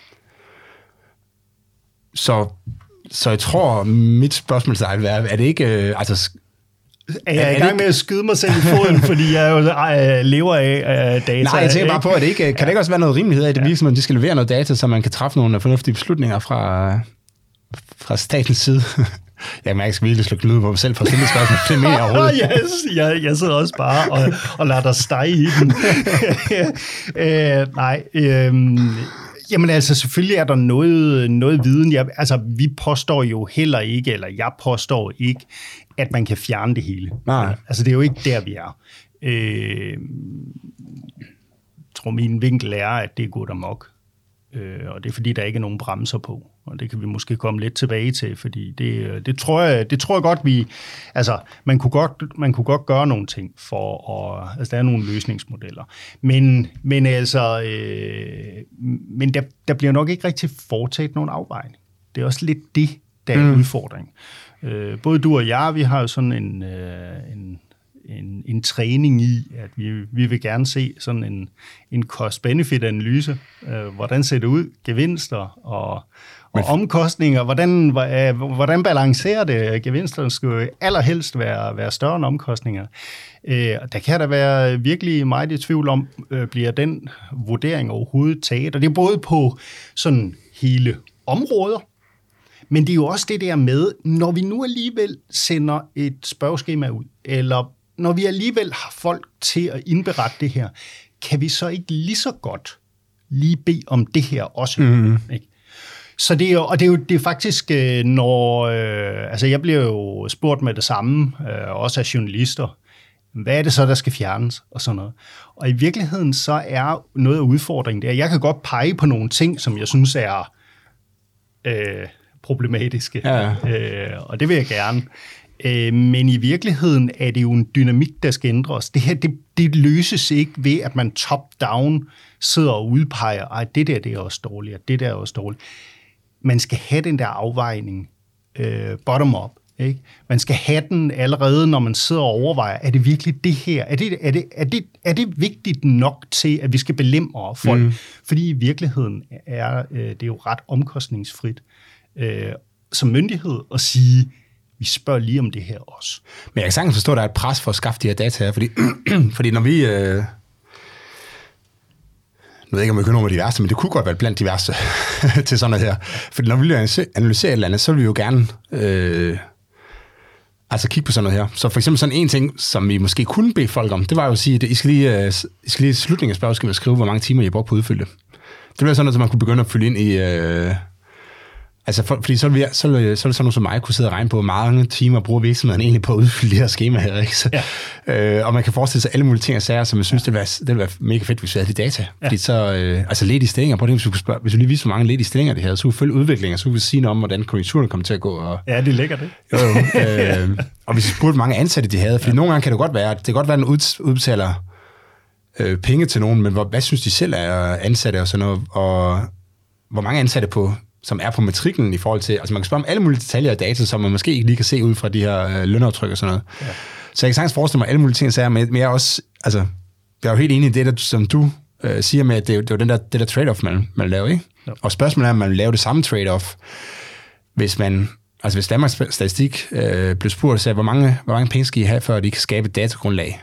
S1: Så... Så jeg tror, mit spørgsmål til dig er, er det ikke... Øh, altså,
S2: er jeg er i gang med at skyde mig selv i foden, fordi jeg jo øh, lever af øh, data?
S1: Nej, jeg tænker bare på, at det ikke... Kan ja. Det ikke også være noget rimelighed af, at det ja. virksomheden, de skal levere noget data, så man kan træffe nogle fornuftige beslutninger fra, fra statens side? Jeg mærker, at jeg skal virkelig slå knude på mig selv for at stille et spørgsmål. Det er mere overhovedet.
S2: yes, jeg, jeg sidder også bare og, og lader dig stege i den. øh, nej, øh, Jamen altså, selvfølgelig er der noget, noget viden. Jeg, altså, vi påstår jo heller ikke, eller jeg påstår ikke, at man kan fjerne det hele.
S1: Nej.
S2: Altså, det er jo ikke der, vi er. Øh, jeg tror, min vinkel er, at det er godt amok. Øh, og det er, fordi der ikke er nogen bremser på. Og det kan vi måske komme lidt tilbage til, fordi det, det, tror, jeg, det tror jeg godt, vi... Altså, man kunne godt, man kunne godt gøre nogle ting for at... Altså, der er nogle løsningsmodeller. Men, men altså... Øh, men der, der bliver nok ikke rigtig foretaget nogen afvejning. Det er også lidt det, der er en mm. udfordring. Øh, både du og jeg, vi har jo sådan en... Øh, en En, en træning i, at vi, vi vil gerne se sådan en, en cost-benefit-analyse. Øh, hvordan ser det ud? Gevinster og, og omkostninger. Hvordan, hvordan balancerer det? Gevinsterne skulle allerhelst være, være større end omkostninger. Øh, der kan der være virkelig meget i tvivl om, øh, bliver den vurdering overhovedet taget. Og det er både på sådan hele områder, Men det er jo også det der med, når vi nu alligevel sender et spørgeskema ud, eller når vi alligevel har folk til at indberette det her, kan vi så ikke lige så godt lige bede om det her også? Mm. Ikke? Så det er jo, og det er jo det er faktisk, når, øh, altså jeg bliver jo spurgt med det samme, øh, også af journalister, hvad er det så, der skal fjernes, og sådan noget. Og i virkeligheden så er noget af udfordringen der, jeg kan godt pege på nogle ting, som jeg synes er øh, problematiske, ja. øh, og det vil jeg gerne. Øh, men i virkeligheden er det jo en dynamik, der skal ændres. Det her, det, det løses ikke ved, at man top-down sidder og udpeger, ej, det der det er også dårligt, og det der er også dårligt. Man skal have den der afvejning øh, bottom-up. Ikke? Man skal have den allerede, når man sidder og overvejer, er det virkelig det her? Er det, er det, er det, er det vigtigt nok til, at vi skal belemre folk? Mm. Fordi i virkeligheden er øh, det jo ret omkostningsfrit øh, som myndighed at sige, vi spørger lige om det her også.
S1: Men jeg kan sagtens forstå, at der er et pres for at skaffe de her data her, fordi, fordi når vi... Øh Jeg ved ikke, om økonomer er de værste, men det kunne godt være blandt de værste til sådan noget her. For når vi vil analysere et eller andet, så vil vi jo gerne øh, altså kigge på sådan noget her. Så for eksempel sådan en ting, som vi måske kunne bede folk om, det var jo at sige, at I skal lige, uh, I skal lige i slutningen af spørgsmålet skrive, hvor mange timer I har brugt på at udfylde det. Det bliver sådan noget, så man kunne begynde at fylde ind i... Øh, altså for, fordi så vil, jeg, så, vil, så vil sådan noget som mig kunne sidde og regne på, hvor mange timer bruger virksomheden egentlig på at udfylde det her schema her. Ikke? Så, ja. øh, og man kan forestille sig alle mulige ting og sager, som jeg synes, ja. det, ville være, det ville være mega fedt, hvis vi havde de data. Ja. Fordi så, øh, altså ledige stillinger, på det, hvis vi kunne spørge, hvis vi lige viser, hvor mange ledige stillinger det her, så kunne vi følge udviklingen, så kunne vi sige noget om, hvordan konjunkturen kommer til at gå. Og,
S2: ja, det er lækkert, det.
S1: Jo, jo, øh, og hvis vi spurgte, hvor mange ansatte de havde, fordi ja. nogle gange kan det godt være, det kan godt være, at den udbetaler øh, penge til nogen, men hvor, hvad synes de selv er ansatte og sådan noget, og hvor mange ansatte på som er på matriklen i forhold til, altså man kan spørge om alle mulige detaljer og data, som man måske ikke lige kan se ud fra de her øh, lønaftryk og sådan noget. Ja. Så jeg kan sagtens forestille mig alle mulige ting, så er med, men jeg er også, altså, jeg er jo helt enig i det, der, som du øh, siger med, at det er jo, det er jo den der, det der trade-off, man, man laver, ikke? Ja. Og spørgsmålet er, om man vil lave det samme trade-off, hvis man, altså hvis Danmarks Statistik øh, blev spurgt og sagde, hvor mange, hvor mange penge skal I have, før de kan skabe et datagrundlag,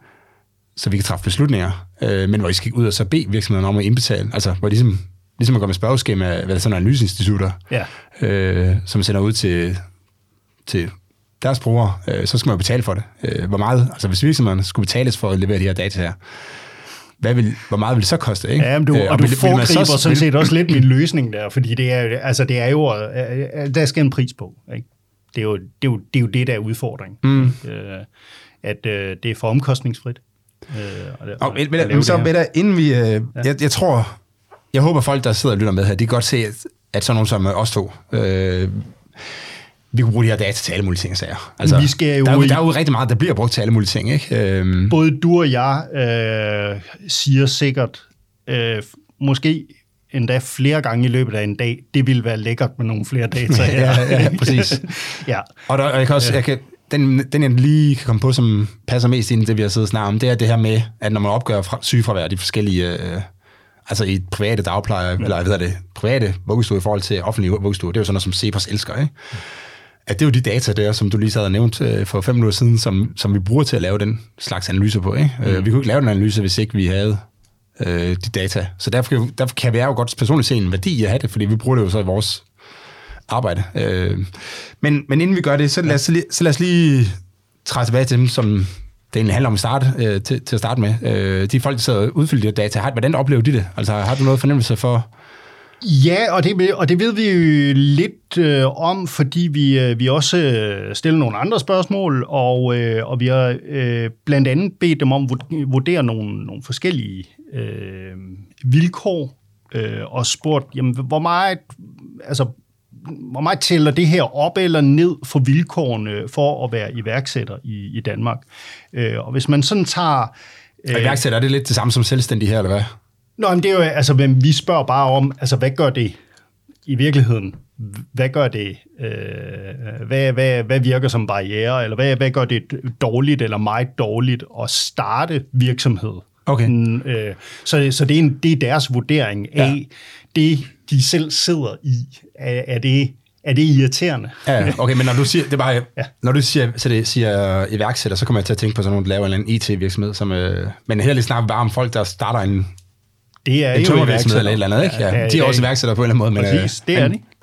S1: så vi kan træffe beslutninger, øh, men hvor I skal ud og så bede virksomheden om at indbetale, altså hvor ligesom Ligesom man går med spørgeskema, hvad der sådan nogle analyseinstitutter, ja. øh, som sender ud til, til deres brugere, øh, så skal man jo betale for det. Øh, hvor meget, altså hvis virksomhederne skulle betales for at levere de her data her, hvad vil, hvor meget vil det så koste? Ikke?
S2: Ja, men du, øh, og, og du vil, foregriber vil så, sådan set også lidt min løsning der, fordi det er, altså det er jo, øh, der skal en pris på. Ikke? Det, er jo, det, er jo, det er jo det, der er udfordringen. Mm. Øh, at øh, det er for omkostningsfrit. Øh, og det, og,
S1: og, men, men så Peter, inden vi, øh, ja. jeg, jeg tror... Jeg håber, folk, der sidder og lytter med her, de kan godt se, at, at sådan nogen som os to, øh, vi kunne bruge de her data til alle mulige ting og sager. Altså, vi skal jo der, er jo, der er jo rigtig meget, der bliver brugt til alle mulige ting. Ikke? Øh,
S2: Både du og jeg øh, siger sikkert, øh, måske endda flere gange i løbet af en dag, det ville være lækkert med nogle flere data her.
S1: ja, ja, præcis. ja. Og, der, og jeg kan også... Jeg kan, Den, den, jeg lige kan komme på, som passer mest ind i det, vi har siddet og snakket om, det er det her med, at når man opgør fra, sygefravær, de forskellige... Øh, altså i private dagpleje, ja. eller hvad hedder det, private vuggestuer i forhold til offentlige vuggestuer, det er jo sådan noget, som Cepos elsker, ikke? At det er jo de data der, som du lige sad og nævnt øh, for fem minutter siden, som, som vi bruger til at lave den slags analyser på, ikke? Mm. Øh, vi kunne ikke lave den analyse, hvis ikke vi havde øh, de data. Så derfor, derfor kan vi jo godt personligt se en værdi i at have det, fordi vi bruger det jo så i vores arbejde. Øh, men, men inden vi gør det, så lad os, så lad os lige træde tilbage til dem, som... det egentlig handler om at starte, øh, til, til at starte med. Øh, de folk, der sidder og udfylder de data, har, hvordan oplever de det? Altså, har du noget fornemmelse for?
S2: Ja, og det, og det ved vi jo lidt øh, om, fordi vi, øh, vi også øh, stiller nogle andre spørgsmål, og, øh, og vi har øh, blandt andet bedt dem om at vurdere nogle, nogle forskellige øh, vilkår, øh, og spurgt, jamen, hvor meget, altså, hvor meget tæller det her op eller ned for vilkårene for at være iværksætter i, i Danmark? Øh, og hvis man sådan tager...
S1: Øh, iværksætter, er det lidt det samme som selvstændig her, eller hvad?
S2: Nå, men det er jo, altså, vi spørger bare om, altså, hvad gør det i virkeligheden? Hvad gør det? Øh, hvad, hvad, hvad virker som barriere? Eller hvad, hvad gør det dårligt eller meget dårligt at starte virksomhed?
S1: Okay.
S2: Øh, så, så det er, en, det er deres vurdering af ja. det, de selv sidder i. Er, er, det, er det irriterende?
S1: Ja, okay, men når du siger, det er bare, ja. når du siger, så det siger iværksætter, så kommer jeg til at tænke på sådan nogle, der laver en eller anden I T-virksomhed, som, øh, men her lige snakker vi bare om folk, der starter en,
S2: det er
S1: en
S2: jo
S1: virksomhed eller et eller andet, ikke? Ja, ja, de er også iværksætter på en eller anden måde. Men,
S2: præcis, det er
S1: men,
S2: de.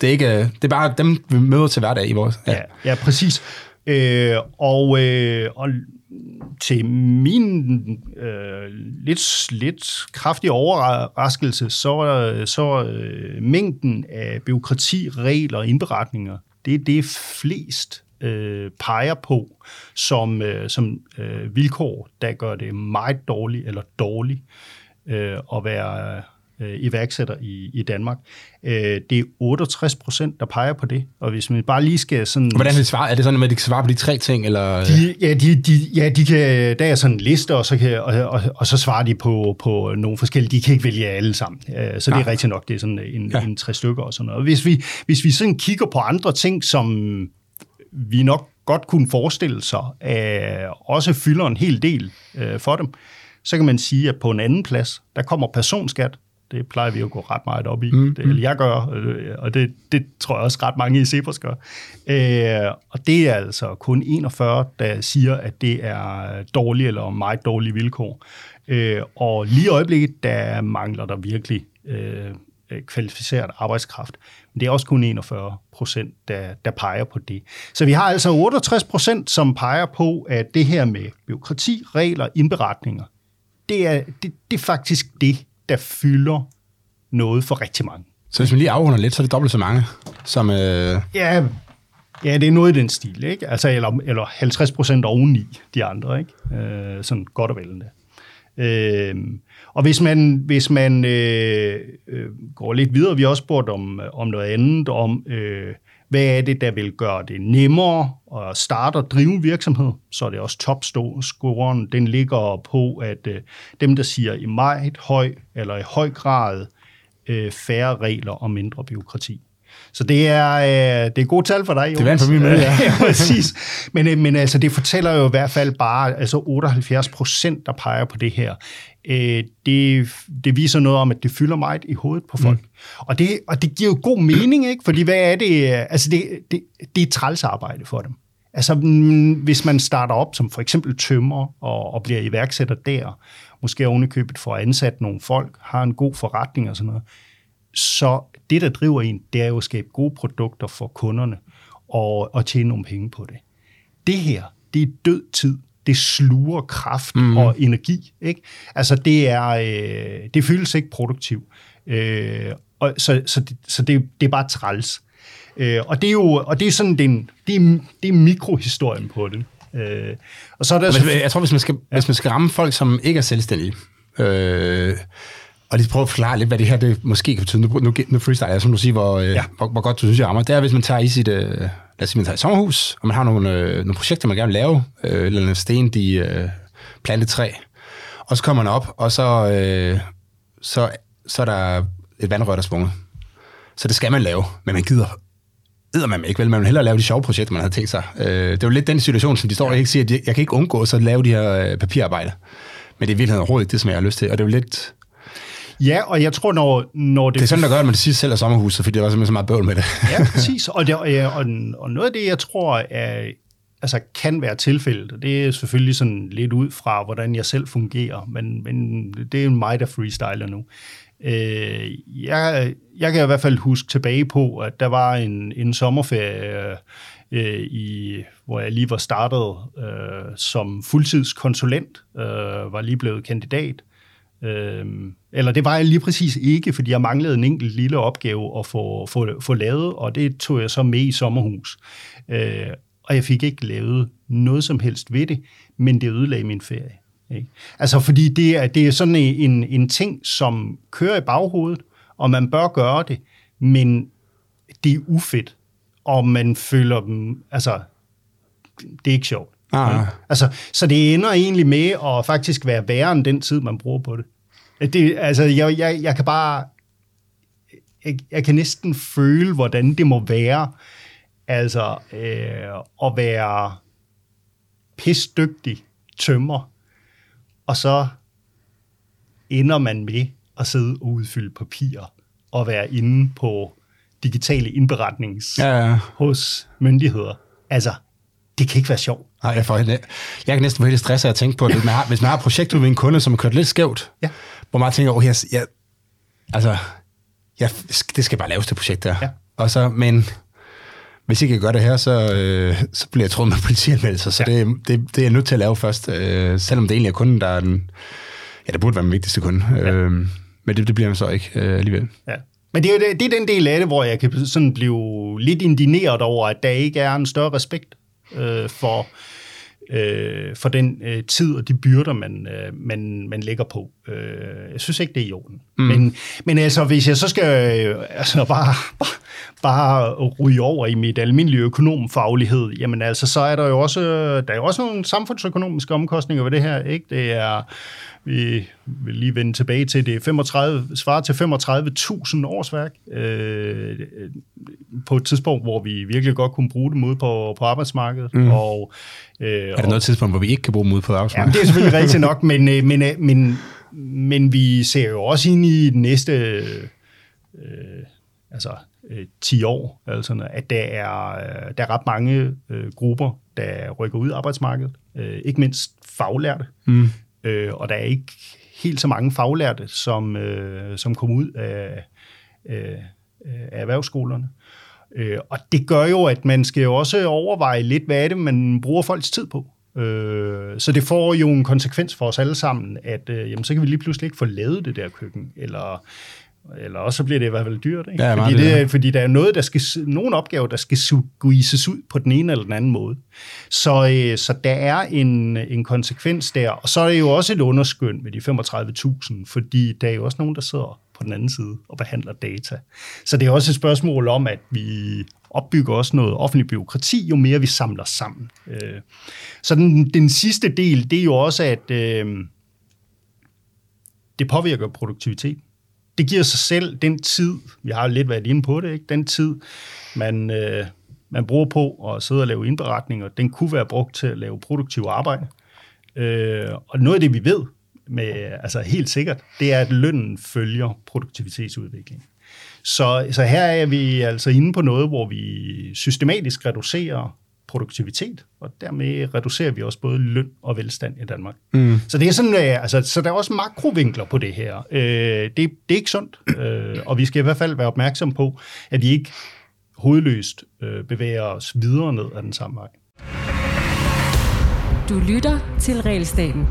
S1: Det er, ikke, det er bare dem, vi møder til hverdag i vores...
S2: Ja, ja, ja præcis. Øh, og, øh, og til min øh, lidt, lidt kraftige overraskelse, så, så øh, mængden af bureaukrati, regler og indberetninger, det er det flest øh, peger på som, øh, som øh, vilkår, der gør det meget dårligt eller dårligt øh, at være øh, iværksætter i, i Danmark. Øh, det er otteogtres procent, der peger på det, og hvis man bare lige skal sådan...
S1: Hvordan vil de svare? Er det sådan, at de kan svare på de tre ting, eller...
S2: De, ja, de, de, ja, de kan... Der er sådan en liste, og så, kan, og, og, og så svarer de på, på nogle forskellige... De kan ikke vælge alle sammen, øh, så det er ja. rigtigt nok, det er sådan en, ja. en tre stykker og sådan noget. Hvis vi, hvis vi sådan kigger på andre ting, som vi nok godt kunne forestille sig, øh, også fylder en hel del øh, for dem, så kan man sige, at på en anden plads, der kommer personskat. Det plejer vi at gå ret meget op i. Mm, det, eller jeg gør, og det, det tror jeg også ret mange i Cepos gør. Øh, og det er altså kun enogfyrre, der siger, at det er dårlige eller meget dårlige vilkår. Øh, og lige i øjeblikket, der mangler der virkelig øh, kvalificeret arbejdskraft. Men det er også kun enogfyrre procent, der, der peger på det. Så vi har altså otteogtres procent, som peger på, at det her med bureaukrati, regler, indberetninger, det er, det, det er faktisk det, der fylder noget for rigtig mange.
S1: Så hvis man lige afrunder lidt, så er det dobbelt så mange, som... Øh...
S2: Ja, ja, det er noget i den stil, ikke? Altså, eller, eller halvtreds procent oveni de andre, ikke? Øh, sådan godt og vel endda. Øh, og hvis man, hvis man øh, øh, går lidt videre, vi har også spurgt om, om noget andet, om øh, hvad er det, der vil gøre det nemmere at starte og drive virksomhed, så er det også topscoren. Den ligger på, at øh, dem, der siger i meget høj eller i høj grad øh, færre regler og mindre bureaukrati. Så det er, øh, det er gode tal for dig, Jonas.
S1: Det er vand for mig med, ja.
S2: Ja, præcis. Men, øh, men altså, det fortæller jo i hvert fald bare, altså otteoghalvfjerds procent, der peger på det her. Øh, det, det viser noget om, at det fylder meget i hovedet på folk. Mm. Og, det, og det giver jo god mening, ikke? Fordi hvad er det? Altså, det, det, det er et trælsarbejde for dem. Altså, hvis man starter op som for eksempel tømrer og, og bliver iværksætter der, måske ovenikøbet for at ansætte nogle folk, har en god forretning og sådan noget, så det, der driver en, det er jo at skabe gode produkter for kunderne og, og tjene nogle penge på det. Det her, det er død tid. Det sluger kraft mm. og energi, ikke? Altså, det er, øh, det føles ikke produktivt. Øh, og så så, det, så det, det er bare træls. Øh, og det er jo, og det er sådan, den, det er, det er mikrohistorien på det. Øh, og så er der
S1: Men,
S2: så,
S1: jeg tror, hvis man skal, ja. hvis man skal ramme folk, som ikke er selvstændige, øh, og lige prøve at forklare lidt, hvad det her det måske kan betyde. Nu, nu, nu freestyle jeg, som du siger, hvor, ja. hvor, hvor godt du synes, jeg rammer. Det er, hvis man tager i sit, øh, lad os sige, man tager et sommerhus, og man har nogle, øh, nogle projekter, man gerne vil lave, øh, eller en sten, de øh, plante træ, og så kommer man op, og så, øh, så, så er der et vandrør, der sprunget. Så det skal man lave, men man gider Æder man ikke, vel? Man vil hellere lave de sjove projekter, man havde tænkt sig. Øh, det er jo lidt den situation, som de står og ikke siger, at jeg kan ikke undgå så at lave de her øh, papirarbejder. Men det er virkelig overhovedet ikke det, som jeg har lyst til. Og det er jo lidt...
S2: Ja, og jeg tror, når, når det...
S1: Det er sådan, der gør, at man sidst sælger sommerhuset, fordi der var simpelthen så meget bøvl med det.
S2: Ja, præcis. Og, det, og, og noget af det, jeg tror, er, altså, kan være tilfældet, og det er selvfølgelig sådan lidt ud fra, hvordan jeg selv fungerer, men, men det er mig, der freestyler nu. Øh, jeg, jeg kan i hvert fald huske tilbage på, at der var en, en sommerferie, øh, i, hvor jeg lige var startet øh, som fuldtidskonsulent, øh, var lige blevet kandidat. Øh, eller det var jeg lige præcis ikke, fordi jeg manglede en enkelt lille opgave at få, få, få lavet, og det tog jeg så med i sommerhus. Øh, og jeg fik ikke lavet noget som helst ved det, men det ødelagde min ferie. Ikke? Altså, fordi det er, det er sådan en, en ting, som kører i baghovedet, og man bør gøre det, men det er ufedt, og man føler dem, altså, det er ikke sjovt.
S1: Ah.
S2: Ja? Altså, så det ender egentlig med at faktisk være værre end den tid, man bruger på det. det altså, jeg, jeg, jeg kan bare, jeg, jeg kan næsten føle, hvordan det må være, altså, øh, at være pisdygtig tømrer, og så ender man med at sidde og udfylde papirer og være inde på digitale indberetnings
S1: ja, ja.
S2: hos myndigheder. Altså, det kan ikke være sjovt.
S1: Nej, jeg, får, jeg, jeg kan næsten få helt stresset at tænke på det. Hvis man har, hvis man har et projekt ud ved en kunde, som er kørt lidt skævt, ja. hvor man tænker, oh, jeg, jeg, altså, jeg, det skal bare laves det projekt der. Ja. og så, men hvis ikke jeg gør det her, så, øh, så bliver jeg troet med politianmeldelser, så ja. det, det, det er jeg nødt til at lave først, øh, selvom det egentlig er kunden, der er den, ja, det burde være den vigtigste kunde, ja. øh, men det, det bliver man så ikke øh, alligevel.
S2: Ja. Men det er, det, det er den del af det, hvor jeg kan sådan blive lidt indineret over, at der ikke er en større respekt øh, for, øh, for den øh, tid og de byrder, man, øh, man, man lægger på. Øh, jeg synes ikke, det er i orden. Mm. Men, men altså, hvis jeg så skal øh, altså bare, bare, bare ryge over i mit almindelige økonomfaglighed, jamen altså, så er der jo også, der er jo også nogle samfundsøkonomiske omkostninger ved det her, ikke? Det er... Vi vil lige vende tilbage til det. femogtredive, svarer til femogtredive tusind årsværk øh, på et tidspunkt, hvor vi virkelig godt kunne bruge dem ude på, på arbejdsmarkedet. Mm. Og, øh,
S1: er der noget tidspunkt, hvor vi ikke kan bruge dem ude på arbejdsmarkedet?
S2: Ja, det er selvfølgelig rigtigt nok, men, men, men, men vi ser jo også ind i den næste øh, altså, øh, ti år, altså, at der er, der er ret mange øh, grupper, der rykker ud af arbejdsmarkedet. Øh, ikke mindst faglærte. Mm. Øh, og der er ikke helt så mange faglærte, som, øh, som kommer ud af, øh, af erhvervsskolerne. Øh, og det gør jo, at man skal jo også overveje lidt, hvad er det, man bruger folks tid på. Øh, så det får jo en konsekvens for os alle sammen, at øh, jamen, så kan vi lige pludselig ikke få lavet det der køkken, eller... Eller også så bliver det i hvert fald dyrt, ikke? Ja, fordi, det, fordi der er noget, der skal, nogle opgaver, der skal squeezes ud på den ene eller den anden måde. Så, øh, så der er en, en konsekvens der. Og så er det jo også et underskøn med de femogtredive tusind, fordi der er jo også nogen, der sidder på den anden side og behandler data. Så det er også et spørgsmål om, at vi opbygger også noget offentlig bureaukrati, jo mere vi samler sammen. Øh, så den, den sidste del, det er jo også, at øh, det påvirker produktiviteten. Det giver sig selv den tid, vi har lidt været inde på det, ikke? Den tid, man, øh, man bruger på at sidde og lave indberetninger, den kunne være brugt til at lave produktiv arbejde. Øh, og noget af det, vi ved, med, altså helt sikkert, det er, at lønnen følger produktivitetsudviklingen. Så, så her er vi altså inde på noget, hvor vi systematisk reducerer produktivitet, og dermed reducerer vi også både løn og velstand i Danmark. Mm. Så det er sådan, altså, så der er også makrovinkler på det her. Øh, det, det er ikke sundt, øh, og vi skal i hvert fald være opmærksom på, at vi ikke hovedløst øh, bevæger os videre ned ad den samme vej.
S3: Du lytter til Realstaten.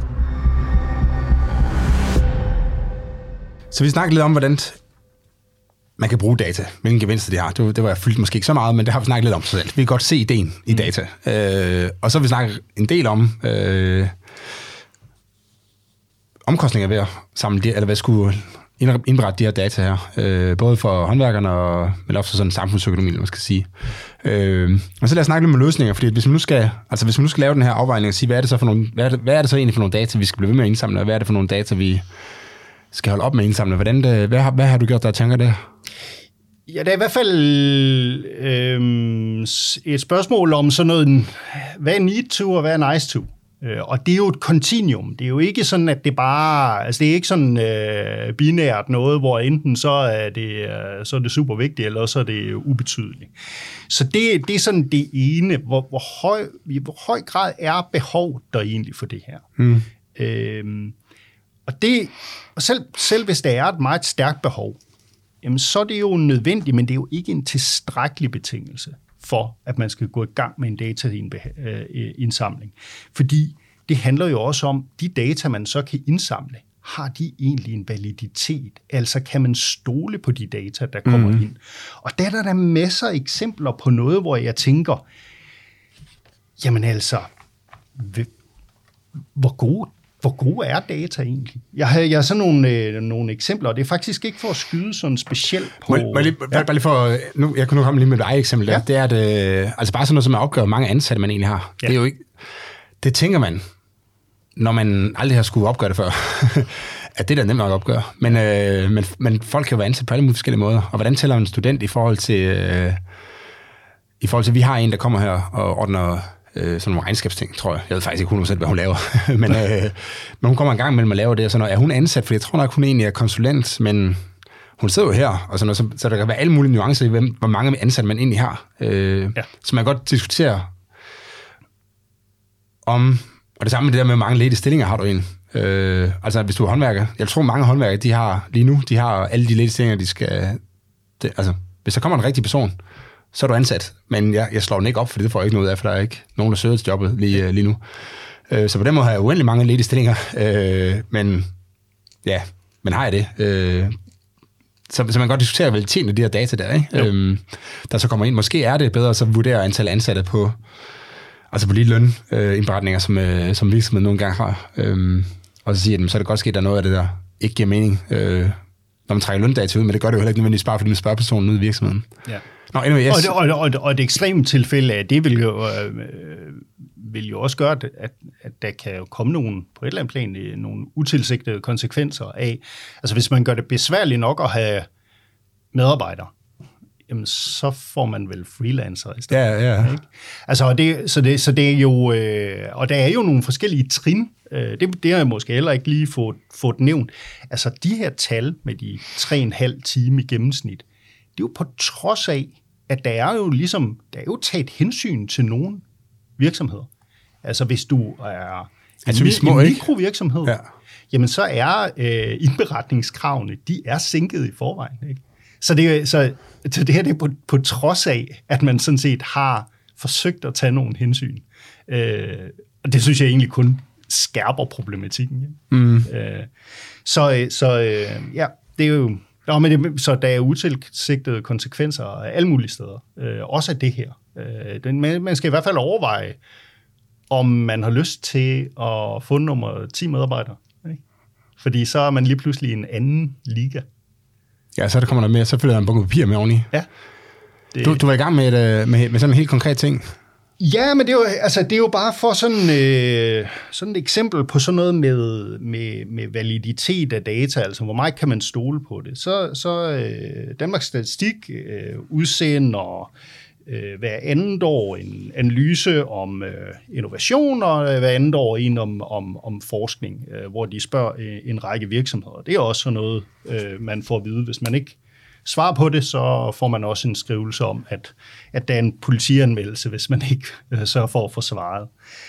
S1: Så vi snakker lidt om, hvordan man kan bruge data, hvilken gevinster de har. Det, det var jeg fyldt måske ikke så meget, men det har vi snakket lidt om sig selv. Vi kan godt se ideen i data. Øh, og så har vi snakket en del om øh, omkostninger ved at samle de, eller hvad skulle indberette de her data her. Øh, både for håndværkerne, og, men også for sådan samfundsøkonomi, man skal sige. Øh, og så lad os snakke lidt med løsninger, fordi hvis man nu skal, altså hvis man nu skal lave den her afvejning og sige, hvad er det så for nogle, hvad er det, hvad er det så egentlig for nogle data, vi skal blive ved med at indsamle, og hvad er det for nogle data, vi skal holde op med at indsamle? Hvordan det, hvad, har, hvad har du gjort, der tænker det?
S2: Ja, det er i hvert fald øh, et spørgsmål om sådan noget, hvad er need to, og hvad er nice to? Og det er jo et kontinuum. Det er jo ikke sådan, at det bare, altså det er ikke sådan øh, binært noget, hvor enten så er det, så er det super vigtigt, eller så er det ubetydeligt. Så det, det er sådan det ene, hvor, hvor, høj, i hvor høj grad er behov der egentlig for det her. Mm. Øhm, og det, og selv, selv hvis der er et meget stærkt behov, jamen så er det jo nødvendigt, men det er jo ikke en tilstrækkelig betingelse for, at man skal gå i gang med en dataindsamling. Fordi det handler jo også om, de data, man så kan indsamle, har de egentlig en validitet? Altså kan man stole på de data, der kommer mm. ind? Og der er der, der masser af eksempler på noget, hvor jeg tænker, jamen altså, hvor gode Hvor gode er data egentlig? Jeg har, jeg har sådan nogle, øh, nogle eksempler, og det er faktisk ikke for at skyde sådan specielt på...
S1: Må, må jeg, lige, ja. bare lige for, nu, jeg kunne nu komme lige med et eget eksempel der. Ja. Det er, at, øh, altså bare sådan noget, som er opgør, mange ansatte man egentlig har. Ja. Det er jo ikke... Det tænker man, når man aldrig har skulle opgøre det før, at det er da nemt nok at opgøre. Men, øh, men, men folk kan jo være ansat på alle mulige forskellige måder. Og hvordan tæller en student i forhold til... Øh, I forhold til, at vi har en, der kommer her og ordner... sådan nogle regnskabsting, tror jeg. Jeg ved faktisk ikke hundrede procent, hvad hun laver. men, øh, men hun kommer en gang mellem at lave det, og sådan noget. Er hun ansat? For jeg tror nok, hun egentlig er konsulent, men hun sidder jo her, og sådan noget, så, så der kan være alle mulige nuancer i, hvem, hvor mange ansatte man egentlig har. Øh, ja. Så man kan godt diskutere om, og det samme med det der med, hvor mange ledige stillinger har du egentlig. Øh, altså, hvis du er håndværker, jeg tror mange håndværkere, de har lige nu, de har alle de ledige stillinger, de skal, det, altså, Hvis der kommer en rigtig person, så er du ansat. Men jeg, jeg slår den ikke op, for det får jeg ikke noget af, for der er ikke nogen, der søger til jobbet lige, lige nu. Øh, så på den måde har jeg uendelig mange ledige stillinger. Øh, men ja, men har jeg det? Øh, så, så man kan godt diskutere kvaliteten af de her data der, ikke? Øh, der så kommer ind. Måske er det bedre at så vurdere antal ansatte på, altså på de lønindberetninger, som, øh, som virksomheden nogle gange har. Øh, og så siger de, så er det godt ske, at der er noget af det, der ikke giver mening, øh, når man trækker løndata ud, men det gør det jo heller ikke nødvendigvis bare, fordi man spørger personen ude i virksomheden. Ja.
S2: Nå, anyway, yes. og, det, og, og, og et ekstremt tilfælde af det vil jo, øh, vil jo også gøre, at, at der kan jo komme nogle, på et eller andet plan nogle utilsigtede konsekvenser af, altså hvis man gør det besværligt nok at have medarbejdere, jamen så får man vel freelancer i stedet.
S1: Ja, ja.
S2: Ikke? Altså, det, så, det, så det er jo, øh, og der er jo nogle forskellige trin, øh, det, det har jeg måske heller ikke lige fået, fået nævnt. Altså, de her tal med de tre og en halv time i gennemsnit, det er jo på trods af, at der er jo ligesom, der er jo taget hensyn til nogle virksomheder. Altså, hvis du er
S1: altså,
S2: en,
S1: små,
S2: en mikrovirksomhed, ja. Jamen så er øh, indberetningskravene, de er sænket i forvejen, ikke? Så det, så, så det her det er på, på trods af, at man sådan set har forsøgt at tage nogle hensyn. Øh, og det synes jeg egentlig kun skærper problematikken. Mm. Øh, så så øh, ja, det er jo... Nå, men det, så der er utilsigtede konsekvenser af alle mulige steder. Øh, også af det her. Øh, den, man skal i hvert fald overveje, om man har lyst til at få nummer ti medarbejdere. Ikke? Fordi så er man lige pludselig i en anden liga.
S1: Ja, så der kommer der mere, så følger der en bunke papir med oveni.
S2: Ja. Det...
S1: Du, du var i gang med, et, med, med sådan en helt konkret ting.
S2: Ja, men det er jo, altså, det er jo bare for sådan, øh, sådan et eksempel på sådan noget med, med, med validitet af data, altså hvor meget kan man stole på det. Så, så øh, Danmarks Statistik øh, udsender øh, hver andet år en analyse om øh, innovation, og hver andet år en om, om, om forskning, øh, hvor de spørger øh, en række virksomheder. Det er også sådan noget, øh, man får at vide, hvis man ikke svar på det, så får man også en skrivelse om, at, at der er en politianmeldelse, hvis man ikke øh, sørger for at få svaret.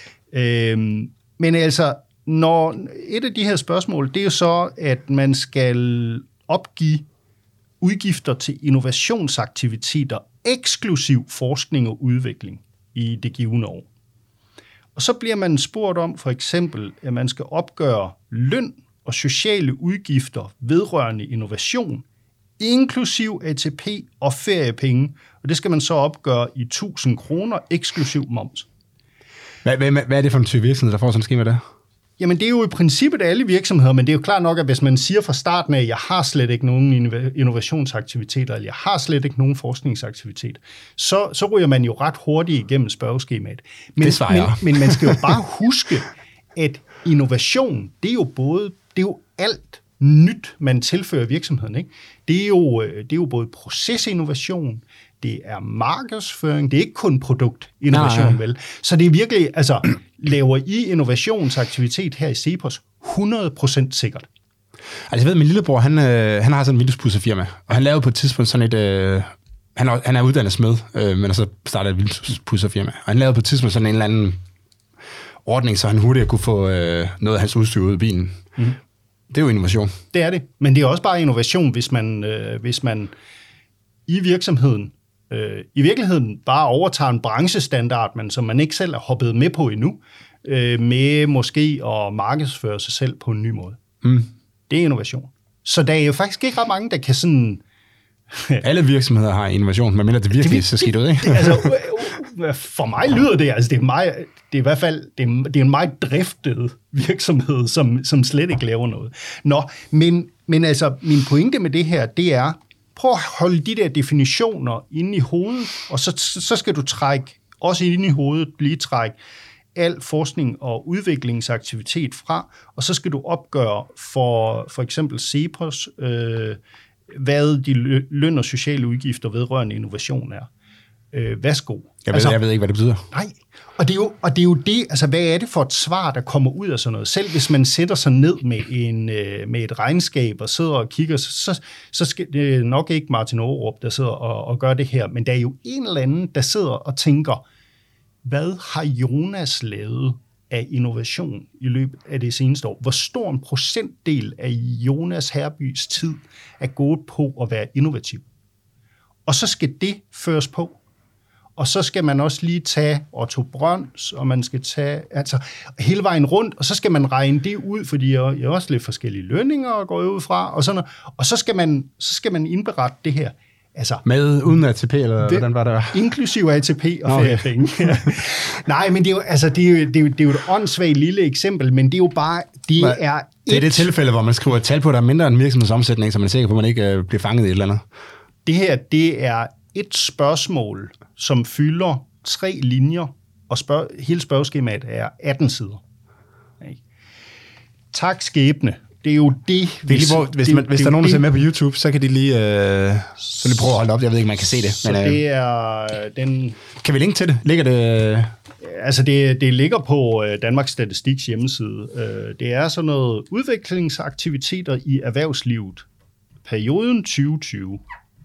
S2: Øhm, men altså, når et af de her spørgsmål, det er jo så, at man skal opgive udgifter til innovationsaktiviteter, eksklusiv forskning og udvikling i det givne år. Og så bliver man spurgt om for eksempel, at man skal opgøre løn og sociale udgifter vedrørende innovation, inklusiv A T P og feriepenge, og det skal man så opgøre i tusind kroner, eksklusiv moms.
S1: Hvad, hvad, hvad er det for en type virksomhed, der får sådan en skema der?
S2: Jamen, det er jo i princippet alle virksomheder, men det er jo klart nok, at hvis man siger fra starten af, at jeg har slet ikke nogen innovationsaktiviteter, eller jeg har slet ikke nogen forskningsaktivitet, så, så ryger man jo ret hurtigt igennem spørgeskemaet. Men,
S1: det svarer jeg.
S2: Men, men man skal jo bare huske, at innovation, det er jo både, det er jo alt nyt, man tilfører virksomheden, ikke? Det er jo, det er jo både procesinnovation, det er markedsføring, det er ikke kun produktinnovation, nej, vel? Så det er virkelig, altså, laver I innovationsaktivitet her i Cepos hundrede procent sikkert?
S1: Altså, jeg ved, min lillebror, han, øh, han har sådan en vinduespudserfirma, og han lavede på et tidspunkt sådan et, øh, han, er, han er uddannet smed, øh, men så startede et vinduespudserfirma, og han lavede på et tidspunkt sådan en eller anden ordning, så han hurtigt kunne få øh, noget af hans udstyr ud af bilen. Mm. Det er jo innovation.
S2: Det er det, men det er også bare innovation, hvis man, øh, hvis man i virksomheden øh, i virkeligheden bare overtager en branchestandard, men som man ikke selv er hoppet med på endnu, øh, med måske at markedsføre sig selv på en ny måde. Mm. Det er innovation. Så der er jo faktisk ikke ret mange, der kan sådan...
S1: Alle virksomheder har innovation, medmindre det virkelig det, så skidt ud, ikke?
S2: Det, altså, for mig lyder det, altså det er, meget, det er i hvert fald det er, det er en meget driftet virksomhed, som, som slet ikke laver noget. Nå, men, men altså, min pointe med det her, det er, prøv at holde de der definitioner inde i hovedet, og så, så skal du trække, også inde i hovedet, lige trække al forskning og udviklingsaktivitet fra, og så skal du opgøre for for eksempel Cepos, øh, hvad de løn- og sociale udgifter vedrørende innovation er. Øh, værsgo.
S1: Jeg ved, altså, jeg ved ikke, hvad det betyder.
S2: Nej, og det, er jo, og det er jo det, altså hvad er det for et svar, der kommer ud af sådan noget? Selv hvis man sætter sig ned med, en, med et regnskab og sidder og kigger, så, så skal det nok ikke Martin Aarup, der sidder og, og gør det her, men der er jo en eller anden, der sidder og tænker, hvad har Jonas lavet af innovation i løbet af det seneste år? Hvor stor en procentdel af Jonas Herbys tid er gået på at være innovativ? Og så skal det føres på. Og så skal man også lige tage Otto Brøns, og man skal tage altså hele vejen rundt, og så skal man regne det ud, fordi jeg er også lidt forskellige lønninger og går ud fra, og sådan noget. Og så skal man så skal man indberette det her. Altså,
S1: med uden A T P, eller
S2: det,
S1: hvordan var det?
S2: Inklusive A T P og feriepenge. Okay. Nej, men det er jo, altså, det er jo, det er jo, det er jo et åndssvagt lille eksempel, men det er jo bare, det
S1: Hva?
S2: er
S1: Det er det tilfælde, hvor man skriver et tal på, der er mindre end virksomhedsomsætning, så man er sikker på, at man ikke øh, bliver fanget i et eller andet.
S2: Det her, det er et spørgsmål, som fylder tre linjer, og spørg, hele spørgeskemaet er atten sider. Okay. Tak skæbne. Det er jo det,
S1: hvis, lige, hvor, hvis,
S2: det,
S1: man, hvis
S2: det,
S1: der er nogen, der
S2: det,
S1: ser med på YouTube, så kan de lige, øh, så lige prøve at holde op. Jeg ved ikke, man kan se det.
S2: Så
S1: men, øh,
S2: det er den...
S1: Kan vi linke til det? Ligger det... Øh...
S2: Altså, det, det ligger på øh, Danmarks Statistiks hjemmeside. Øh, det er sådan noget udviklingsaktiviteter i erhvervslivet. Perioden tyve tyve.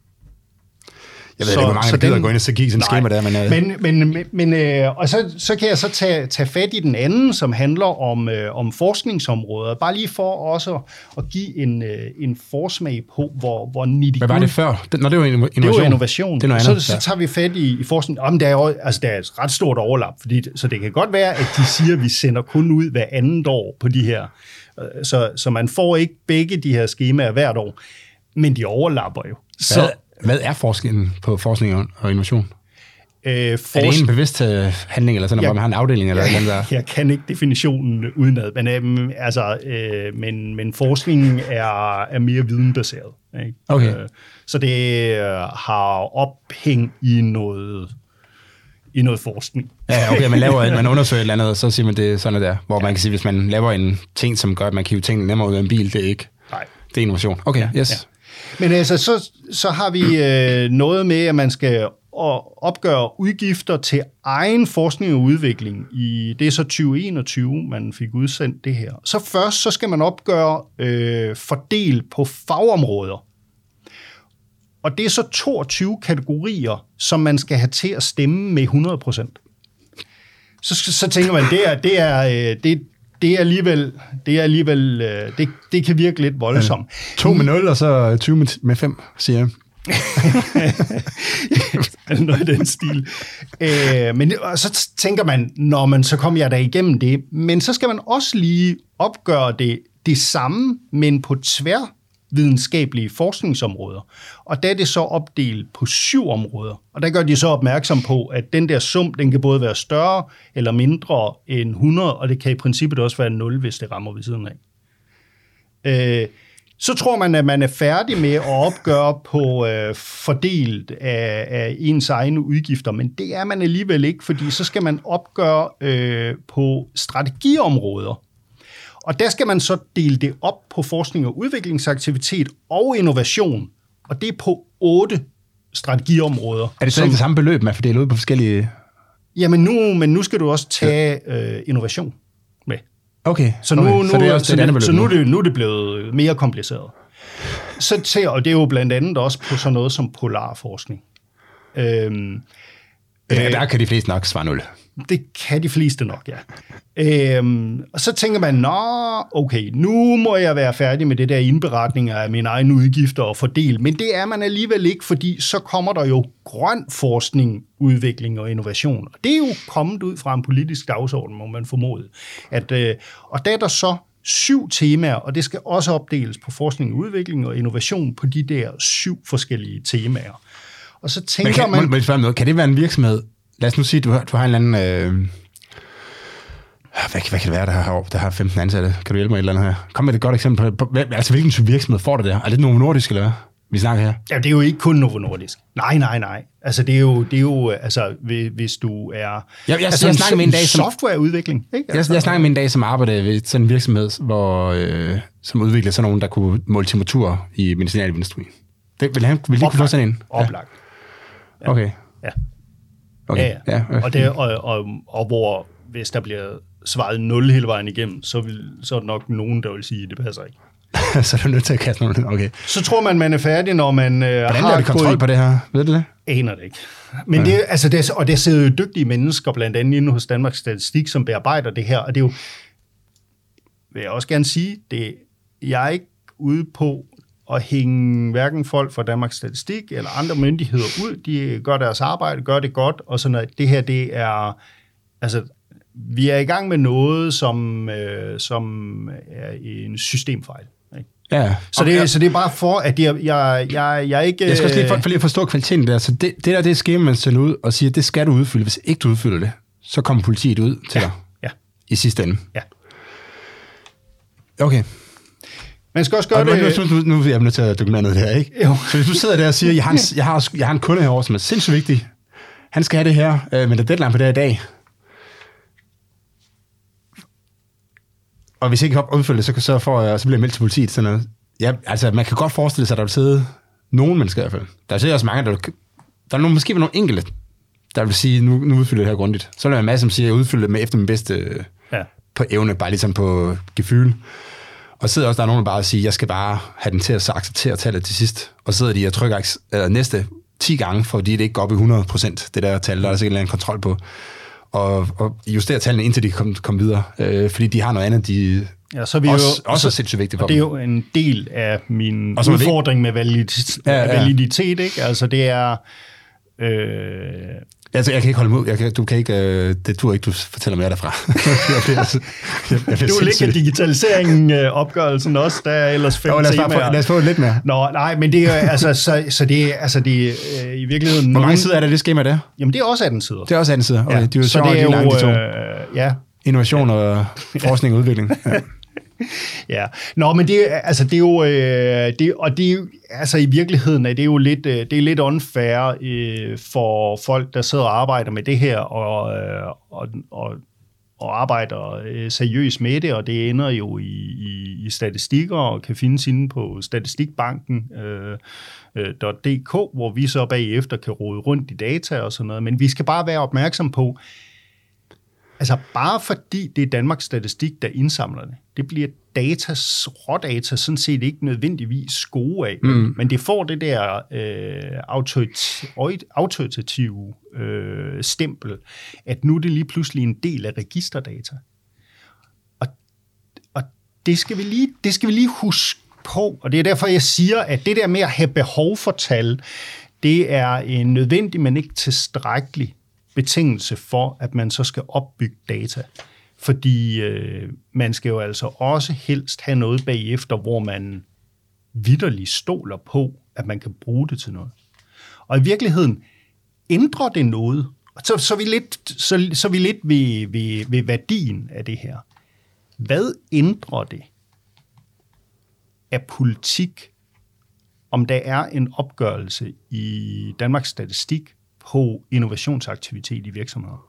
S1: Jeg ved så, ikke, hvor mange der gider at gå ind og så kigge sådan en skema der. Men,
S2: øh. men, men, men øh, og så, så kan jeg så tage, tage fat i den anden, som handler om, øh, om forskningsområder. Bare lige for også at give en, øh, en forsmag på, hvor, hvor nitty.
S1: Hvad var det før? Det, når det var innovation?
S2: Det var innovation.
S1: Det er
S2: så, så tager vi fat i, i forskning. Om der, er, altså, der er et ret stort overlap, fordi, så det kan godt være, at de siger, at vi sender kun ud hver andet år på de her. Så, så man får ikke begge de her skemaer hvert år, men de overlapper jo. Så
S1: Hvad? Hvad er forskellen på forskning og innovation?
S2: Øh,
S1: forsk- er det en bevidst handling, eller sådan, jeg, hvor man har en afdeling? Eller
S2: jeg,
S1: eller der?
S2: jeg kan ikke definitionen udenad, men, øh, altså, øh, men, men forskningen er, er mere videnbaseret. Ikke?
S1: Okay.
S2: Øh, så det øh, har ophæng i noget, i noget forskning.
S1: Ja, okay, man, laver, man undersøger et eller andet, og så siger man, det er sådan der. Hvor ja. Man kan sige, hvis man laver en ting, som gør, at man kan hive tingene nemmere ud af en bil, det er ikke.
S2: Nej.
S1: Det er innovation. Okay, ja, yes.
S2: Ja. Men altså, så, så har vi øh, noget med, at man skal opgøre udgifter til egen forskning og udvikling. I, det er så tyve enogtyve, man fik udsendt det her. Så først så skal man opgøre øh, fordel på fagområder. Og det er så toogtyve kategorier, som man skal have til at stemme med hundrede procent. Så, så tænker man, det er, det er, det, det er alligevel, det er alligevel, det, det kan virke lidt voldsomt.
S1: to med nul, og så tyve med fem, siger jeg.
S2: Noget i den stil. Øh, men så tænker man, når man så kommer jeg da igennem det, men så skal man også lige opgøre det, det samme, men på tværvidenskabelige forskningsområder. Og der er det så opdelt på syv områder. Og der gør de så opmærksom på, at den der sum, den kan både være større eller mindre end hundrede, og det kan i princippet også være nul, hvis det rammer ved siden af. Øh, Så tror man, at man er færdig med at opgøre på øh, fordelt af, af ens egne udgifter, men det er man alligevel ikke, fordi så skal man opgøre øh, på strategiområder. Og der skal man så dele det op på forskning og udviklingsaktivitet og innovation, og det er på otte strategiområder.
S1: Er det så ikke det samme beløb, man fordeler ud på forskellige...
S2: Jamen nu, men nu skal du også tage øh, innovation med.
S1: Okay,
S2: så nu,
S1: okay.
S2: nu,
S1: så, det er også
S2: så,
S1: det
S2: det, så nu, er det, nu er det blevet mere kompliceret. Så til, og det er jo blandt andet også på sådan noget som polarforskning. Øhm,
S1: ja, der kan de fleste nok svare nul.
S2: Det kan de fleste nok, ja. Øhm, og så tænker man, nå, okay, nu må jeg være færdig med det der indberetninger af mine egne udgifter og fordel, men det er man alligevel ikke, fordi så kommer der jo grøn forskning, udvikling og innovation. Og det er jo kommet ud fra en politisk dagsorden, må man formode. At, øh, og der er der så syv temaer, og det skal også opdeles på forskning, udvikling og innovation på de der syv forskellige temaer. Og så tænker
S1: kan,
S2: man...
S1: Må, må, må, kan det være en virksomhed? Lad os nu sige, at du har, du har en eller anden... Øh, hvad, hvad kan det være, der har, der har femten ansatte? Kan du hjælpe mig et eller andet her? Kom med et godt eksempel på, på altså hvilken type virksomhed får det der? Er det Novo Nordisk, eller hvad vi snakker her?
S2: Ja, det er jo ikke kun Novo Nordisk. Nej, nej, nej. Altså, det er jo, det er jo altså, hvis du er...
S1: Jeg, jeg,
S2: altså,
S1: jeg snakker med en dag som...
S2: Softwareudvikling, ikke? Altså,
S1: jeg, jeg snakker med en dag, som arbejder ved sådan en virksomhed, hvor, øh, som udvikler sådan nogen, der kunne måle temperaturer i medicinalindustri. Det, vil han vil de kunne få sådan en?
S2: Oplagt.
S1: Ja. Okay.
S2: Ja.
S1: Okay.
S2: Ja, ja.
S1: Ja,
S2: og, det, og, og, og hvor, hvis der bliver svaret nul hele vejen igennem, så, vil, så er der nok nogen, der vil sige, at det passer ikke.
S1: Så er du nødt til at kaste nogen. Okay.
S2: Så tror man, man er færdig, når man øh,
S1: Hvordan
S2: har...
S1: er det kontrol gået... på det her? Ved du det?
S2: Aner det ikke. Men ja. det, altså det, og der sidder jo dygtige mennesker, blandt andet inde hos Danmarks Statistik, som bearbejder det her, og det er jo, vil jeg også gerne sige, det, jeg er ikke ude på at hænge hverken folk fra Danmarks Statistik eller andre myndigheder ud. De gør deres arbejde, gør det godt, og sådan noget. Det her, det er... Altså, vi er i gang med noget, som, øh, som er en systemfejl. Ikke?
S1: Ja.
S2: Så, det, jeg, så det er bare for, at jeg, jeg, jeg, jeg ikke...
S1: Jeg skal også lige for, for lige at forstå kvaliteten der. Så det, det der, det er skema, man sender ud og siger, det skal du udfylde. Hvis ikke du udfylder det, så kommer politiet ud til
S2: ja.
S1: dig
S2: Ja.
S1: i sidste ende.
S2: Ja.
S1: Okay.
S2: Man skal også gøre
S1: og
S2: det...
S1: Nu, nu, nu, nu er jeg nødt til at dokumentere noget her, ikke?
S2: Jo.
S1: Så hvis du sidder der og siger, jeg har en, jeg har, jeg har en kunde herovre, som er sindssygt vigtig. Han skal have det her, øh, men der er deadline på det her i dag. Og hvis ikke jeg udfylder det, så, så, får, så bliver jeg meldt til politiet. Sådan noget. Ja, altså, man kan godt forestille sig, at der vil sidde nogen mennesker i hvert fald. Der er sikkert også mange, der vil, der er nogle, måske nogle enkelte, der vil sige, nu, nu udfylder det her grundigt. Så er der en masse, som siger, at jeg udfylder det med efter min bedste ja. på evne, bare ligesom på gefyl. Og sidder også, der er nogen, der bare siger, jeg skal bare have den til at acceptere tallet til sidst. Og sidder de og trykker øh, næste ti gange, fordi det ikke går op i hundrede procent, det der tal, der er der sikkert en kontrol på. Og, og justere tallene, indtil de kommer kom videre. Øh, fordi de har noget andet, de
S2: ja, så er vi
S1: også,
S2: jo,
S1: også er sindssygt vigtigt for
S2: og det er jo en del af min
S1: og
S2: udfordring med validitet,
S1: ja, ja.
S2: validitet, ikke? Altså det er... Øh,
S1: altså, jeg kan ikke holde mod. Jeg kan, du kan ikke... Øh, det du ikke, du fortæller mere derfra. jeg, jeg, jeg, jeg
S2: du ligger digitaliseringen, øh, opgørelsen også, der er ellers fem
S1: jo, lad os
S2: temaer.
S1: Få, lad os få lidt mere.
S2: Nå, nej, men det er altså, så, så det er, altså, det er øh, i virkeligheden...
S1: Hvor mange sider er det, det skema der?
S2: Jamen, det er også atten sider.
S1: Det er også atten sider. Okay,
S2: ja,
S1: de er jo
S2: så det er
S1: jo, de to.
S2: Øh, ja.
S1: Innovation og forskning og udvikling. Ja.
S2: Ja, nå, men det, altså, det er jo, øh, det, og det er jo, altså i virkeligheden er det jo lidt, øh, det er lidt unfair øh, for folk, der sidder og arbejder med det her, og, øh, og, og, og arbejder øh, seriøst med det, og det ender jo i, i, i statistikker, og kan findes inde på statistikbanken øh, øh, .dk, hvor vi så bagefter kan rode rundt i data og sådan noget, men vi skal bare være opmærksom på, altså bare fordi det er Danmarks Statistik, der indsamler det, det bliver data, rådata sådan set ikke nødvendigvis gode af, mm. men det får det der øh, autorit- autoritative øh, stempel, at nu er det lige pludselig en del af registerdata. Og, og det, skal vi lige, det skal vi lige huske på, og det er derfor, jeg siger, at det der med at have behov for tal, det er en nødvendig, men ikke tilstrækkelig betingelse for, at man så skal opbygge data. Fordi øh, man skal jo altså også helst have noget bagefter, hvor man vitterligt stoler på, at man kan bruge det til noget. Og i virkeligheden ændrer det noget. Så, så er vi lidt, så, så er vi lidt ved, ved, ved værdien af det her. Hvad ændrer det af politik, om der er en opgørelse i Danmarks Statistik på innovationsaktivitet i virksomheder?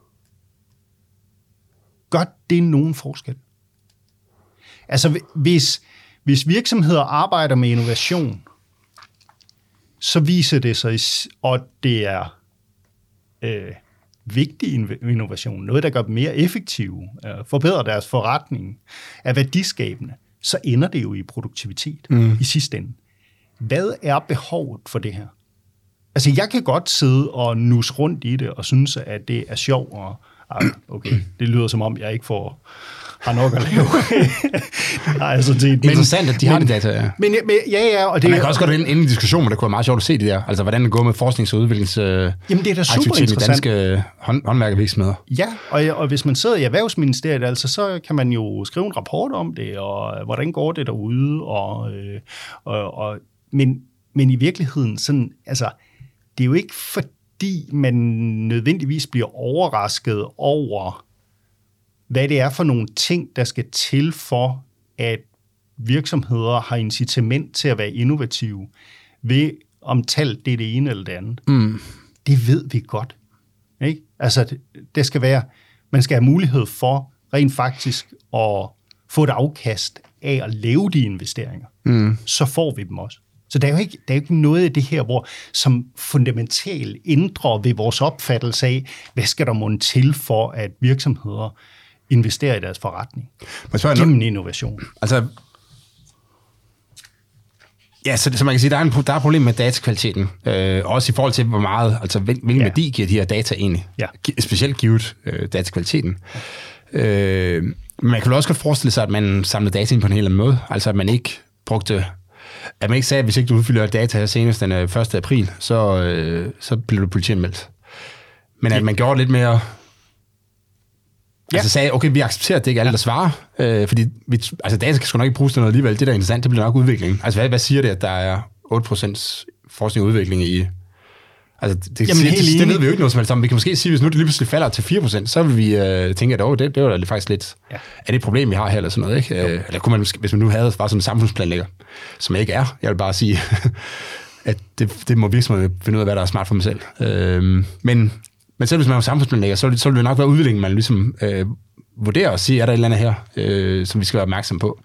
S2: Gør det nogen forskel? Altså, hvis, hvis virksomheder arbejder med innovation, så viser det sig, at det er øh, vigtig innovation, noget, der gør dem mere effektive, øh, forbedrer deres forretning, er værdiskabende, så ender det jo i produktivitet mm. i sidste ende. Hvad er behovet for det her? Altså, jeg kan godt sidde og nus rundt i det, og synes, at det er sjovt, og okay, det lyder som om, jeg ikke får har nok at lave. Nej, altså det, men,
S1: interessant, at de
S2: men,
S1: har det data, ja.
S2: Men, men, ja, ja, og det,
S1: og man kan også godt ind i en diskussion, men det kunne være meget sjovt at se det der. Altså, hvordan det går med forsknings- og udviklings øh,
S2: jamen, det er da super interessant.
S1: i danske hånd, håndværkervirksomheder.
S2: Ja, og, og hvis man sidder i Erhvervsministeriet, altså, så kan man jo skrive en rapport om det, og hvordan går det derude, og, øh, og, og men, men i virkeligheden, sådan, altså, det er jo ikke fordi, man nødvendigvis bliver overrasket over, hvad det er for nogle ting, der skal til for, at virksomheder har incitament til at være innovative, ved om tal det er det ene eller det andet.
S1: Mm.
S2: Det ved vi godt. Ikke? Altså, det, det skal være, man skal have mulighed for rent faktisk at få et afkast af at lave de investeringer. Mm. Så får vi dem også. Så der er jo ikke, der er jo ikke noget af det her, hvor, som fundamentalt ændrer ved vores opfattelse af, hvad skal der måtte til for, at virksomheder investerer i deres forretning gennem innovation.
S1: Altså, ja, så, så man kan sige, der er, en, der er et problem med datakvaliteten, øh, også i forhold til, hvor meget, altså hvilken ja. værdi giver de her data egentlig,
S2: ja.
S1: specielt givet øh, datakvaliteten. Øh, man kan jo også godt forestille sig, at man samlede data ind på en helt anden måde, altså at man ikke brugte At man ikke sagde, at hvis ikke du udfylder data her senest den første april, så, øh, så bliver du politianmeldt. Men at man gjorde lidt mere... Ja. Altså sagde, okay, vi accepterer, at det ikke er alle, der svarer, øh, fordi vi, altså data kan sgu nok ikke bruges til noget alligevel. Det, der er interessant, det bliver nok udvikling. Altså hvad, hvad siger det, at der er otte procent forskning og udvikling i... Altså det, Jamen, det, det, det ved vi jo ikke noget som helst om. Vi kan måske sige, hvis nu det lige pludselig falder til fire procent, så vil vi øh, tænke, at oh, det, det var da faktisk lidt... Ja. Er det et problem, vi har her, eller sådan noget, ikke? Øh, eller kunne man, hvis man nu havde bare sådan en samfundsplanlægger, som jeg ikke er, jeg vil bare sige, at det, det må virksomheden finde ud af, hvad der er smart for mig selv. Øh, men... Men selv hvis man er samfundsplanlægger, så, så vil det nok være udviklingen, man ligesom øh, vurderer og siger, er der et eller andet her, øh, som vi skal være opmærksom på.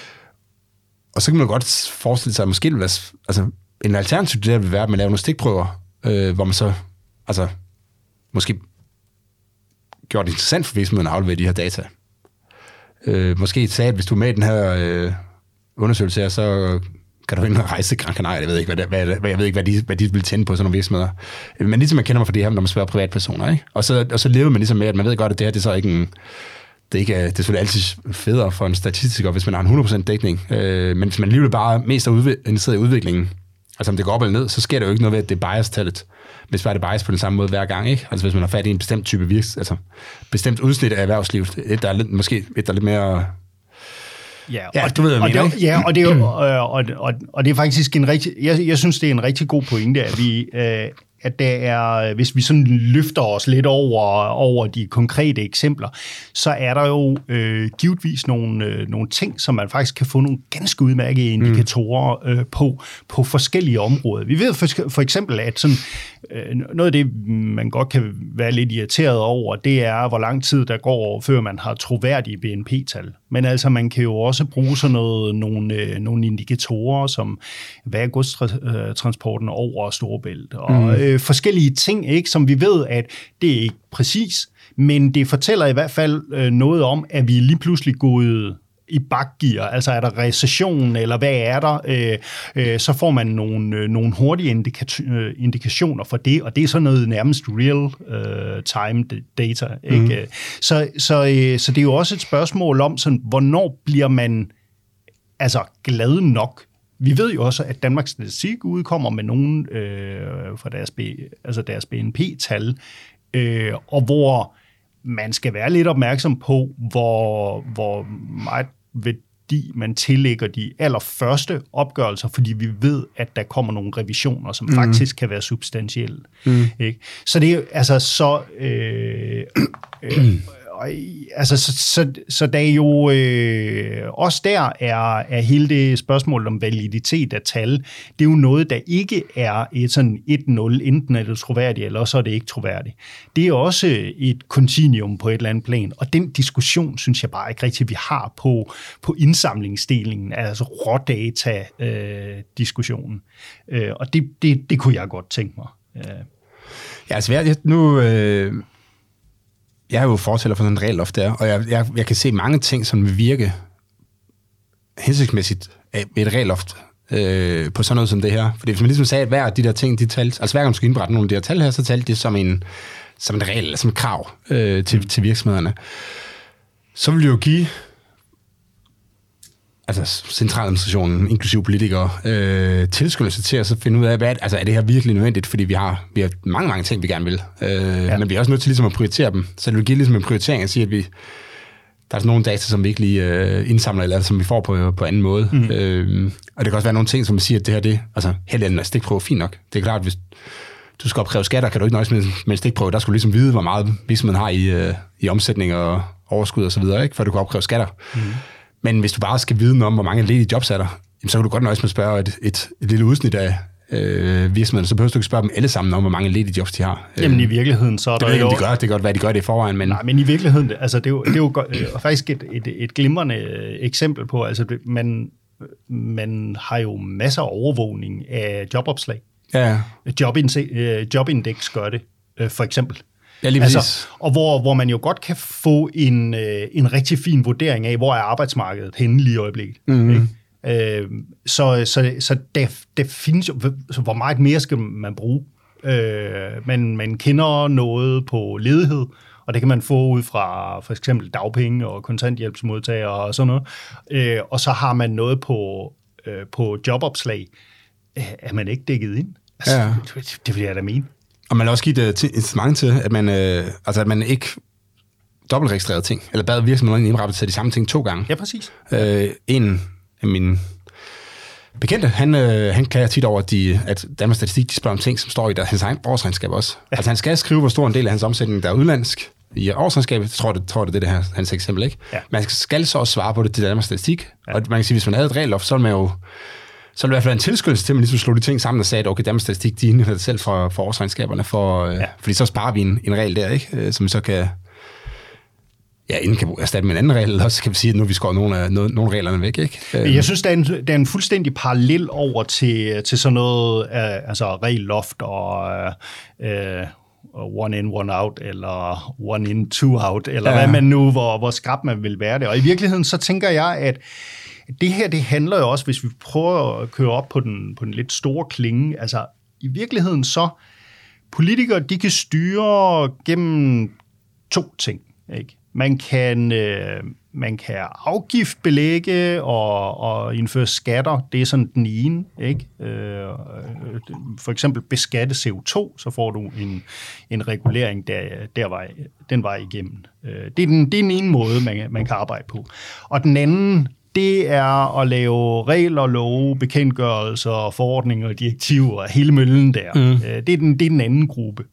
S1: Og så kan man godt forestille sig, at måske vil være, altså, en alternativ til det vil være, at man laver nogle stikprøver, øh, hvor man så altså, måske gjorde det interessant for virksomheden at aflevere de her data. Øh, måske sagde, at hvis du er med i den her øh, undersøgelse her, så... kan du ind og rejse til Gran Canaria, jeg ved ikke, hvad, hvad, hvad, jeg ved ikke, hvad, de, hvad de vil tænde på sådan nogle virksomheder. Men ligesom man kender mig for det her, når man spørger privatpersoner, ikke? Og så, og så lever man ligesom med, at man ved godt, at det her, det er så ikke en... Det er, ikke, det er selvfølgelig altid federe for en statistiker, hvis man har en hundrede procent dækning. Øh, men hvis man alligevel bare mest er udv- interesseret i udviklingen, altså om det går op eller ned, så sker der jo ikke noget ved, at det er bias-tallet. Hvis bare det bias på den samme måde hver gang, ikke? Altså hvis man har fat i en bestemt type virksomhed, altså bestemt udsnit af erhvervslivet, et, der er lidt, måske et, der er lidt mere...
S2: Ja,
S1: ja,
S2: og,
S1: du ved,
S2: og,
S1: mener,
S2: det, ja, og det er jo, og, og, og det er faktisk en rigtig, jeg, jeg synes det er en rigtig god pointe, at vi, øh, at der er, hvis vi sådan løfter os lidt over over de konkrete eksempler, så er der jo øh, givetvis nogle øh, nogle ting, som man faktisk kan få nogle ganske udmærkede indikatorer øh, på på forskellige områder. Vi ved for, for eksempel, at sådan øh, noget af det, man godt kan være lidt irriteret over, det er, hvor lang tid der går, før man har troværdige B N P-tal. Men altså, man kan jo også bruge sådan noget, nogle, øh, nogle indikatorer, som hvad er godstransporten over Storebælt, og mm. øh, forskellige ting, ikke, som vi ved, at det er ikke præcis, men det fortæller i hvert fald øh, noget om, at vi lige pludselig gået i bakgear, altså er der recession, eller hvad er der, øh, øh, så får man nogle, øh, nogle hurtige indika- øh, indikationer for det, og det er sådan noget nærmest real-time øh, data. Ikke? Mm. Så, så, øh, så det er jo også et spørgsmål om, sådan, hvornår bliver man altså glad nok. Vi ved jo også, at Danmarks Statistik udkommer med nogen øh, fra deres, B, altså deres B N P-tal, øh, og hvor man skal være lidt opmærksom på, hvor, hvor meget værdi man tillægger de allerførste opgørelser, fordi vi ved, at der kommer nogle revisioner, som mm. faktisk kan være substantielle. Mm. Ikke? Så det er altså så... Øh, øh, Altså, så, så, så der er jo øh, også der er, er hele det spørgsmål om validitet af tal. Det er jo noget, der ikke er et sådan et nul, enten er det troværdigt, eller så er det ikke troværdigt. Det er også et kontinuum på et eller andet plan, og den diskussion, synes jeg bare ikke rigtigt, vi har på, på indsamlingsdelingen, altså rådata-diskussionen. Øh, øh, og det, det, det kunne jeg godt tænke mig. Øh.
S1: Ja, altså jeg, nu... Øh Jeg er jo fortæller for sådan en regelloft der, og jeg, jeg, jeg kan se mange ting, som vil virke hensigtsmæssigt med et regelloft øh, på sådan noget som det her. Fordi hvis man ligesom sagde, at hver af de der ting, de talte, altså hver gang man skulle indberette nogle af de her tal her, så talte det som en, som en regel, som et krav øh, til, mm. til virksomhederne. Så vil det jo give altså centraladministrationen, inklusive politikere, øh, tilskyndelse til at så finde ud af, hvad, altså er det her virkelig nødvendigt, fordi vi har, vi har mange, mange ting, vi gerne vil. Øh, ja. Men vi er også nødt til ligesom at prioritere dem. Så det vil give ligesom en prioritering at sige, at vi, der er sådan nogle data, som vi ikke lige øh, indsamler, eller som vi får på, på anden måde. Mm. Øh, og det kan også være nogle ting, som vi siger, at det her, det altså helt andet er stikprøve, fint nok. Det er klart, at hvis du skal opkræve skatter, kan du ikke nøjes med, med en stikprøve. Der skulle du ligesom vide, hvor meget virksomheden har i, øh, i omsætning og overskud og så videre, ikke, for du kan opkræve skatter. Mm. Men hvis du bare skal vide om, hvor mange ledige jobs er der, så kan du godt nøjes med at spørge et, et, et lille udsnit af øh, virksomheden, så behøver du ikke spørge dem alle sammen om, hvor mange ledige jobs de har.
S2: Jamen i virkeligheden, så er
S1: der
S2: jo...
S1: Det, de gør, det kan godt være, de gør det i forvejen, men...
S2: Nej, men i virkeligheden, altså det er jo, det er jo godt, øh, faktisk et, et, et glimrende eksempel på, altså det, man, man har jo masser af overvågning af jobopslag.
S1: Ja.
S2: Jobindex, Jobindex gør det, øh, for eksempel.
S1: Ja, lige
S2: altså, og hvor, hvor man jo godt kan få en, øh, en rigtig fin vurdering af, hvor er arbejdsmarkedet henne lige i øjeblikket. Mm-hmm. Øh, så så, så der, der findes jo, så hvor meget mere skal man bruge? Øh, man, man kender noget på ledighed, og det kan man få ud fra for eksempel dagpenge og kontanthjælpsmodtagere og sådan noget. Øh, og så har man noget på øh, på jobopslag, er man ikke dækket ind. Altså,
S1: ja.
S2: det, det vil jeg da mene.
S1: Og man vil også give det incitament til, at man, øh, altså, at man ikke dobbeltregistrerede ting, eller bad virksomheden indrapportere de samme ting to gange.
S2: Ja, præcis.
S1: Øh, en af mine bekendte, han, øh, han klager tit over, at, de, at Danmarks Statistik de spørger om ting, som står i der, hans egen årsregnskab også. Ja. Altså han skal skrive, hvor stor en del af hans omsætning, der er udlandsk i årsregnskabet. Jeg tror, det, tror det, det er det her, hans eksempel, ikke? Ja. Man skal så også svare på det til Danmarks Statistik. Ja. Og man kan sige, hvis man havde et regelloft, så er man jo så er det i hvert fald en tilskyndelse til, at man ligesom slog de ting sammen og sagde, at okay, Danmarks Statistik, de indhenter det selv for, for årsregnskaberne, for, ja. fordi så sparer vi en, en regel der, ikke? Som så kan, ja, inden kan erstatte med en anden regel, eller også kan vi sige, at nu har vi skåret nogle af nogle, nogle reglerne væk, ikke?
S2: Jeg synes, der er en, der er en fuldstændig parallel over til, til sådan noget, uh, altså regelloft og uh, one in, one out, eller one in, two out, eller ja. hvad man nu, hvor, hvor skrab man vil være det. Og i virkeligheden, så tænker jeg, at det her, det handler jo også, hvis vi prøver at køre op på den, på den lidt store klinge, altså i virkeligheden så, politikere, de kan styre gennem to ting, ikke? Man kan, øh, man kan afgiftbelægge og, og indføre skatter, det er sådan den ene, ikke? Øh, for eksempel beskatte C O to, så får du en, en regulering der, der vej, den vej igennem. Det er den, det er den ene måde, man, man kan arbejde på. Og den anden, det er at lave regler, love, bekendtgørelser, forordninger og direktiver, hele møllen der. Mm. Det, er den, det er den anden gruppe.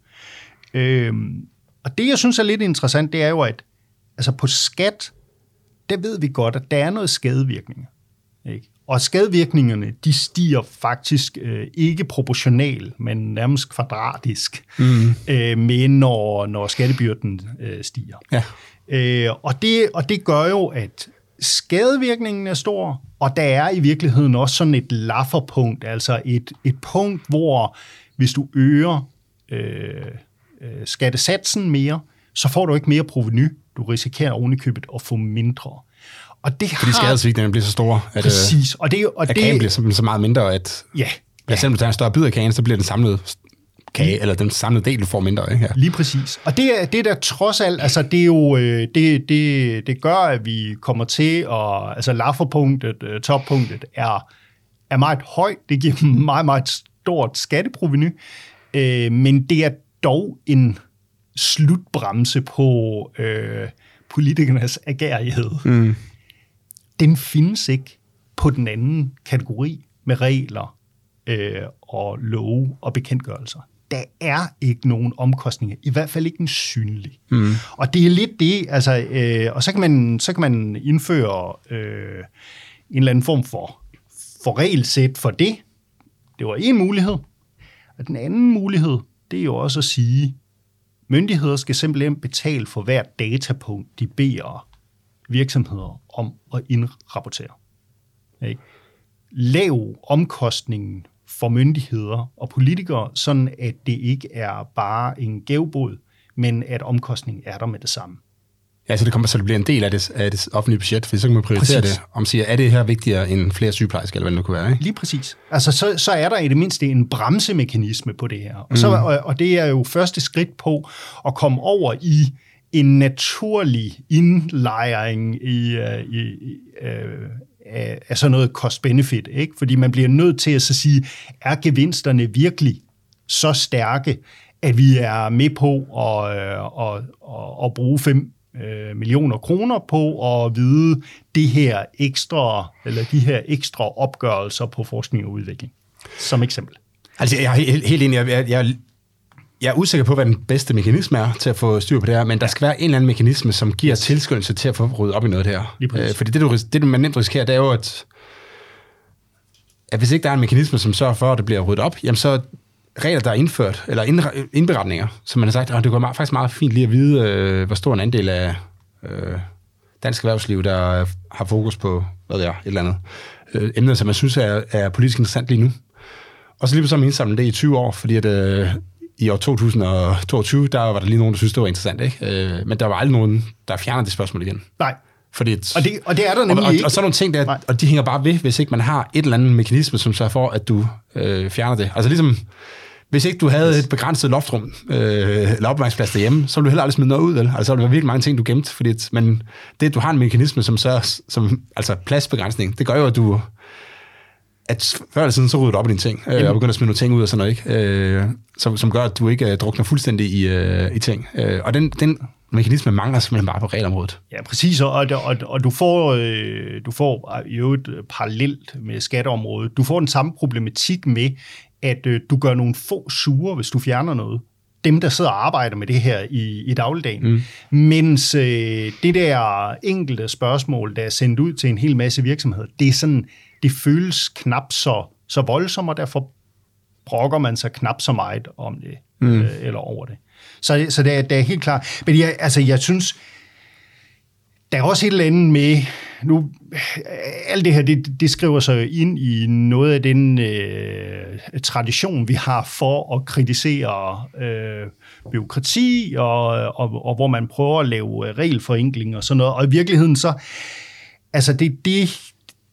S2: Øhm, og det, jeg synes er lidt interessant, det er jo, at altså på skat, der ved vi godt, at der er noget skadevirkninger. Ikke? Og skadevirkningerne, de stiger faktisk øh, ikke proportionalt, men nærmest kvadratisk, mm. øh, med når, når skattebyrden øh, stiger. Ja. Øh, og, det, og det gør jo, at skadevirkningen er stor, og der er i virkeligheden også sådan et lafferpunkt, altså et, et punkt, hvor hvis du øger øh, øh, skattesatsen mere, så får du ikke mere provenu. Du risikerer ovenikøbet at få mindre. Og det
S1: Fordi har... skadesvirkningerne bliver så store, at,
S2: Præcis. Og det, og
S1: at
S2: det...
S1: kagen bliver så meget mindre, at
S2: ja.
S1: Ja. Selvom du tager en større bid af kagen, så bliver den samlede kage, mm. eller den samlede del, du får mindre. Ikke? Ja.
S2: Lige præcis. Og det er det der trods alt, altså det er jo, det, det, det gør, at vi kommer til, og altså lafferpunktet, toppunktet er, er meget højt. Det giver meget, meget stort skatteprovenu, øh, men det er dog en slutbremse på øh, politikernes agerighed. Mm. Den findes ikke på den anden kategori med regler øh, og love og bekendtgørelser. Der er ikke nogen omkostninger, i hvert fald ikke en synlig. Mm. Og det er lidt det, altså, øh, og så kan man, så kan man indføre øh, en eller anden form for, for regelsæt for det. Det var en mulighed. Og den anden mulighed, det er jo også at sige, myndigheder skal simpelthen betale for hvert datapunkt, de beder virksomheder om at indrapportere. Ikke? Lav omkostningen for myndigheder og politikere, sådan at det ikke er bare en gavebod, men at omkostningen er der med det samme.
S1: Ja, så det kommer så det bliver en del af det, af det offentlige budget, for så kan man prioritere præcis. Det, om siger, er det her vigtigere end flere sygeplejersker, eller hvad det nu kunne være, ikke?
S2: Lige præcis. Altså, så, så er der i det mindste en bremsemekanisme på det her. Og, så, mm. og, og det er jo første skridt på at komme over i en naturlig indlejring i, i, i, af, af sådan noget cost-benefit, ikke? Fordi man bliver nødt til at så sige, er gevinsterne virkelig så stærke, at vi er med på at, at, at, at bruge fem millioner kroner på at vide det her ekstra, eller de her ekstra opgørelser på forskning og udvikling, som eksempel.
S1: Altså, jeg er helt, helt enig. Jeg, jeg, jeg er usikker på, hvad den bedste mekanisme er til at få styr på det her, men der skal være en eller anden mekanisme, som giver tilskyndelse til at få ryddet op i noget her. Øh, fordi det, du, det, man nemt risikerer, det er jo, at, at hvis ikke der er en mekanisme, som sørger for, at det bliver ryddet op, jamen så regler, der er indført, eller indberetninger, som man har sagt, at det går faktisk meget fint lige at vide, øh, hvor stor en andel af øh, dansk erhvervsliv, der har fokus på, hvad ved jeg, et eller andet øh, emner, som man synes er, er politisk interessant lige nu. Og så lige så man indsamlet det i tyve år, fordi at, øh, i år to tusind og toogtyve, der var der lige nogen, der synes det var interessant, ikke? Øh, men der var aldrig nogen, der fjerner det spørgsmål igen.
S2: Nej.
S1: Fordi,
S2: og, det, og det er der nemlig
S1: og, og,
S2: ikke.
S1: og så er nogle ting, der, og de hænger bare ved, hvis ikke man har et eller andet mekanisme, som sørger for, at du øh, fjerner det. Altså ligesom, hvis ikke du havde et begrænset loftrum, øh, eller opbevaringsplads derhjemme, så ville du heller aldrig smide noget ud, vel? Altså så ville der være virkelig mange ting, du gemte. Fordi, men det, at du har en mekanisme, som sørger, som, altså pladsbegrænsning, det gør jo, at du, at før eller siden, så rydder du op i dine ting, øh, og begynder at smide nogle ting ud og sådan noget, ikke? Øh, som, som gør, at du ikke øh, drukner fuldstændig i, øh, i ting. Øh, og den, den mekanisme mangler simpelthen bare på regelområdet.
S2: Ja, præcis, og, og, og du får, øh, du får jo et parallelt med skatteområdet. Du får den samme problematik med, at øh, du gør nogle få sure, hvis du fjerner noget. Dem, der sidder og arbejder med det her i, i dagligdagen. Mm. Mens øh, det der enkelte spørgsmål, der er sendt ud til en hel masse virksomheder, det er sådan, det føles knap så, så voldsomt, og derfor brokker man sig knap så meget om det, mm. øh, eller over det. Så, så det, er, det er helt klart. Men jeg, altså, jeg synes, der er også et eller andet med, nu, alt det her, det, det skriver sig ind i noget af den øh, tradition, vi har for at kritisere øh, bureaukrati, og, og, og hvor man prøver at lave regelforenkling og sådan noget. Og i virkeligheden så, altså det, det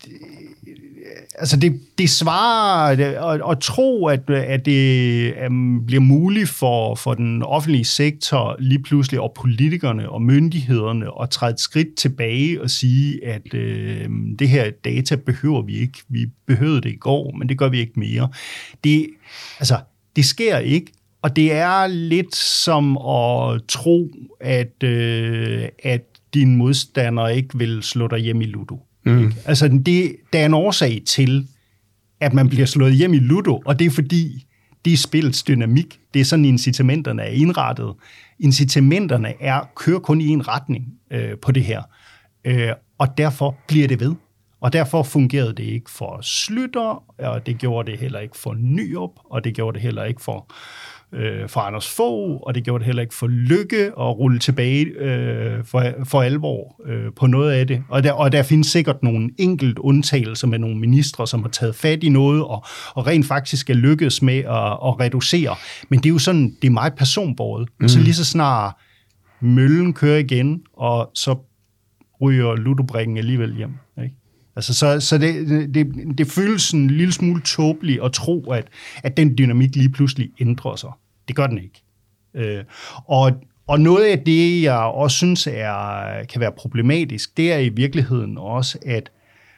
S2: Altså det, det svarer at, at tro, at, at det um, bliver muligt for, for den offentlige sektor lige pludselig, og politikerne og myndighederne at træde et skridt tilbage og sige, at øh, det her data behøver vi ikke. Vi behøvede det i går, men det gør vi ikke mere. Det, altså, det sker ikke, og det er lidt som at tro, at, øh, at din modstander ikke vil slå dig hjem i Ludo. Mm. Altså, det, der er en årsag til, at man bliver slået hjem i Ludo, og det er fordi, det er spillets dynamik. Det er sådan, incitamenterne er indrettet. Incitamenterne er, kører kun i en retning øh, på det her, øh, og derfor bliver det ved. Og derfor fungerede det ikke for Slytter, og det gjorde det heller ikke for Nyrup, og det gjorde det heller ikke for, øh, for Anders Fogh, og det gjorde det heller ikke for Løkke at rulle tilbage øh, for, for alvor øh, på noget af det. Og der, og der findes sikkert nogle enkelt undtagelser med nogle ministre, som har taget fat i noget, og, og rent faktisk er lykkedes med at, at reducere. Men det er jo sådan, det er meget personbåret. Mm. Så lige så snart møllen kører igen, og så ryger ludobrikken alligevel hjem, ikke? Altså, så, så det, det, det føles en lille smule tåbeligt at tro, at, at den dynamik lige pludselig ændrer sig. Det gør den ikke. Øh, og, og noget af det, jeg også synes er, kan være problematisk, det er i virkeligheden også, at,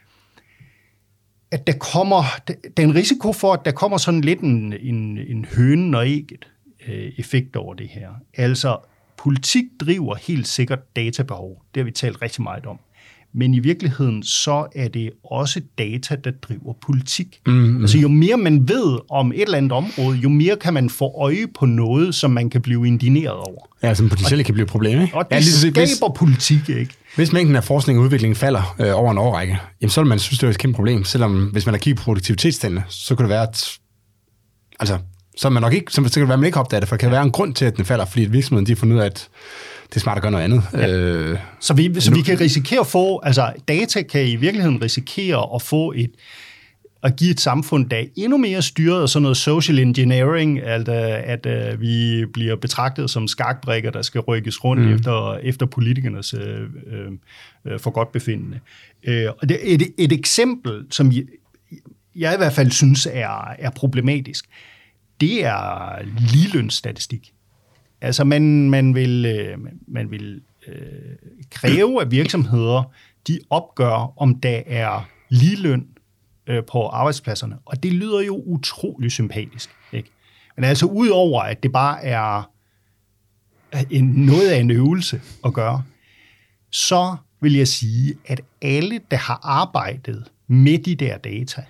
S2: at der kommer, der er en risiko for, at der kommer sådan lidt en, en, en hønen og ægget øh, effekt over det her. Altså, politik driver helt sikkert databehov. Det har vi talt rigtig meget om. Men i virkeligheden, så er det også data, der driver politik. Mm-hmm. Altså, jo mere man ved om et eller andet område, jo mere kan man få øje på noget, som man kan blive indigneret over.
S1: Ja, som potentielt kan blive et problem, ikke?
S2: Og det
S1: ja,
S2: skaber hvis, politik, ikke?
S1: Hvis mængden af forskning og udvikling falder øh, over en årrække, jamen, så vil man synes, det er et kæmpe problem. Selvom hvis man har kigget på produktivitetstallene, så kunne det være, at altså, så man nok ikke, så kan det være, man ikke opdager det, for det kan være en grund til, at den falder, fordi virksomheden de har fundet ud af, at det er smart at gøre noget andet. Ja. Øh,
S2: så vi, så vi kan risikere at få, altså data kan i virkeligheden risikere at få et, at give et samfund, der er endnu mere styret af sådan noget social engineering, at, at, at vi bliver betragtet som skakbrikker, der skal rykkes rundt mm. efter, efter politikernes øh, øh, forgodtbefindende. Øh, og det er et, et eksempel, som jeg, jeg i hvert fald synes er, er problematisk, det er ligelønsstatistik. Altså, man, man vil, øh, man vil øh, kræve af virksomheder, de opgør, om der er ligeløn øh, på arbejdspladserne. Og det lyder jo utrolig sympatisk, ikke? Men altså, udover at det bare er en, noget af en øvelse at gøre, så vil jeg sige, at alle, der har arbejdet med de der data,